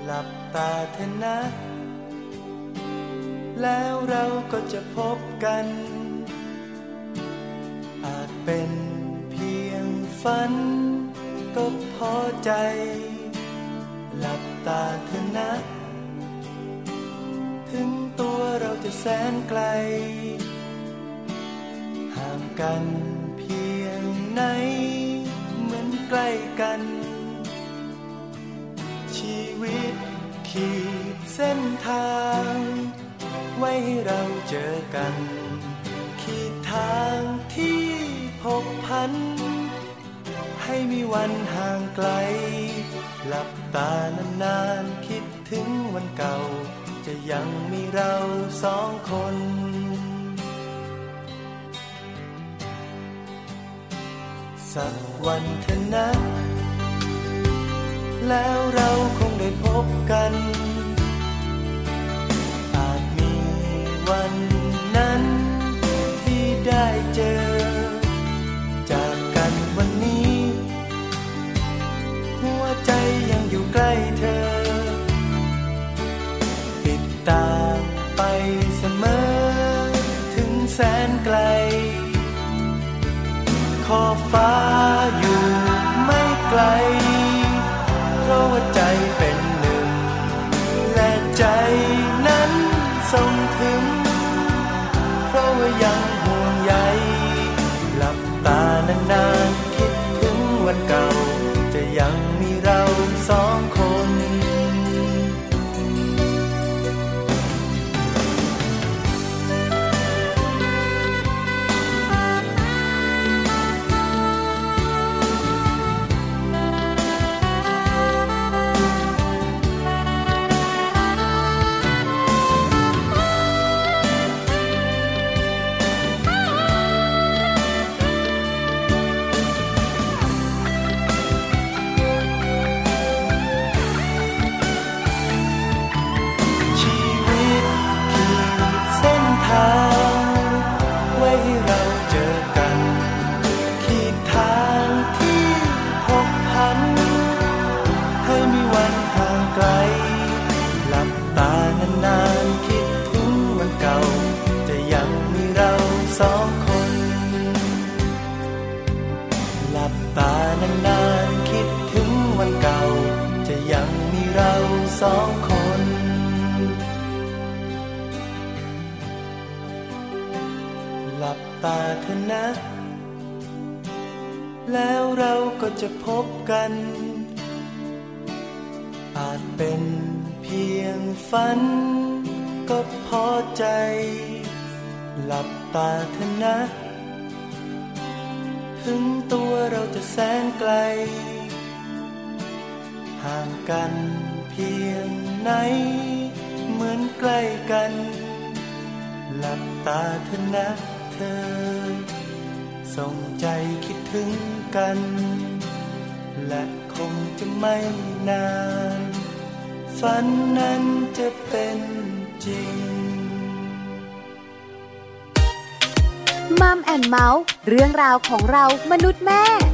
หลับตาเถอะนะแล้วเราก็จะพบกันอาจเป็นเพียงฝันก็พอใจหลับตาเถอะนะถึงตัวเราจะแสนไกลห่างกันเพียงไหนเหมือนใกล้กันชีวิตขีดเส้นทางไว้ให้เราเจอกันขีดทางที่พบพันให้มีวันห่างไกลหลับตานานๆคิดถึงวันเก่าจะยังมีเราสองคนสักวันเถอะนะแล้วเราคงได้พบกันอาจมีวันนั้นที่ได้เจอจากกันวันนี้หัวใจยังอยู่ใกล้เธอติดตามไปเสมอถึงแสนไกลขอบฟ้าอยู่ไม่ไกลเพราะว่าใจเป็นหนึ่งและใจนั้นส่งถึงเพราะว่ายังห่วงใยหลับตานานๆคิดถึงวันเก่าจะยังมีเราสองคนสองคนหลับตาเถอะนะแล้วเราก็จะพบกันอาจเป็นเพียงฝันก็พอใจหลับตาเถอะนะถึงตัวเราจะแสนไกลห่างกันเพียงไหนเหมือนใกล้กันหลับตาเถอะนะเธอส่งใจคิดถึงกันและคงจะไม่นานฝันนั้นจะเป็นจริงมัมแอนด์เมาส์เรื่องราวของเรามนุษย์แม่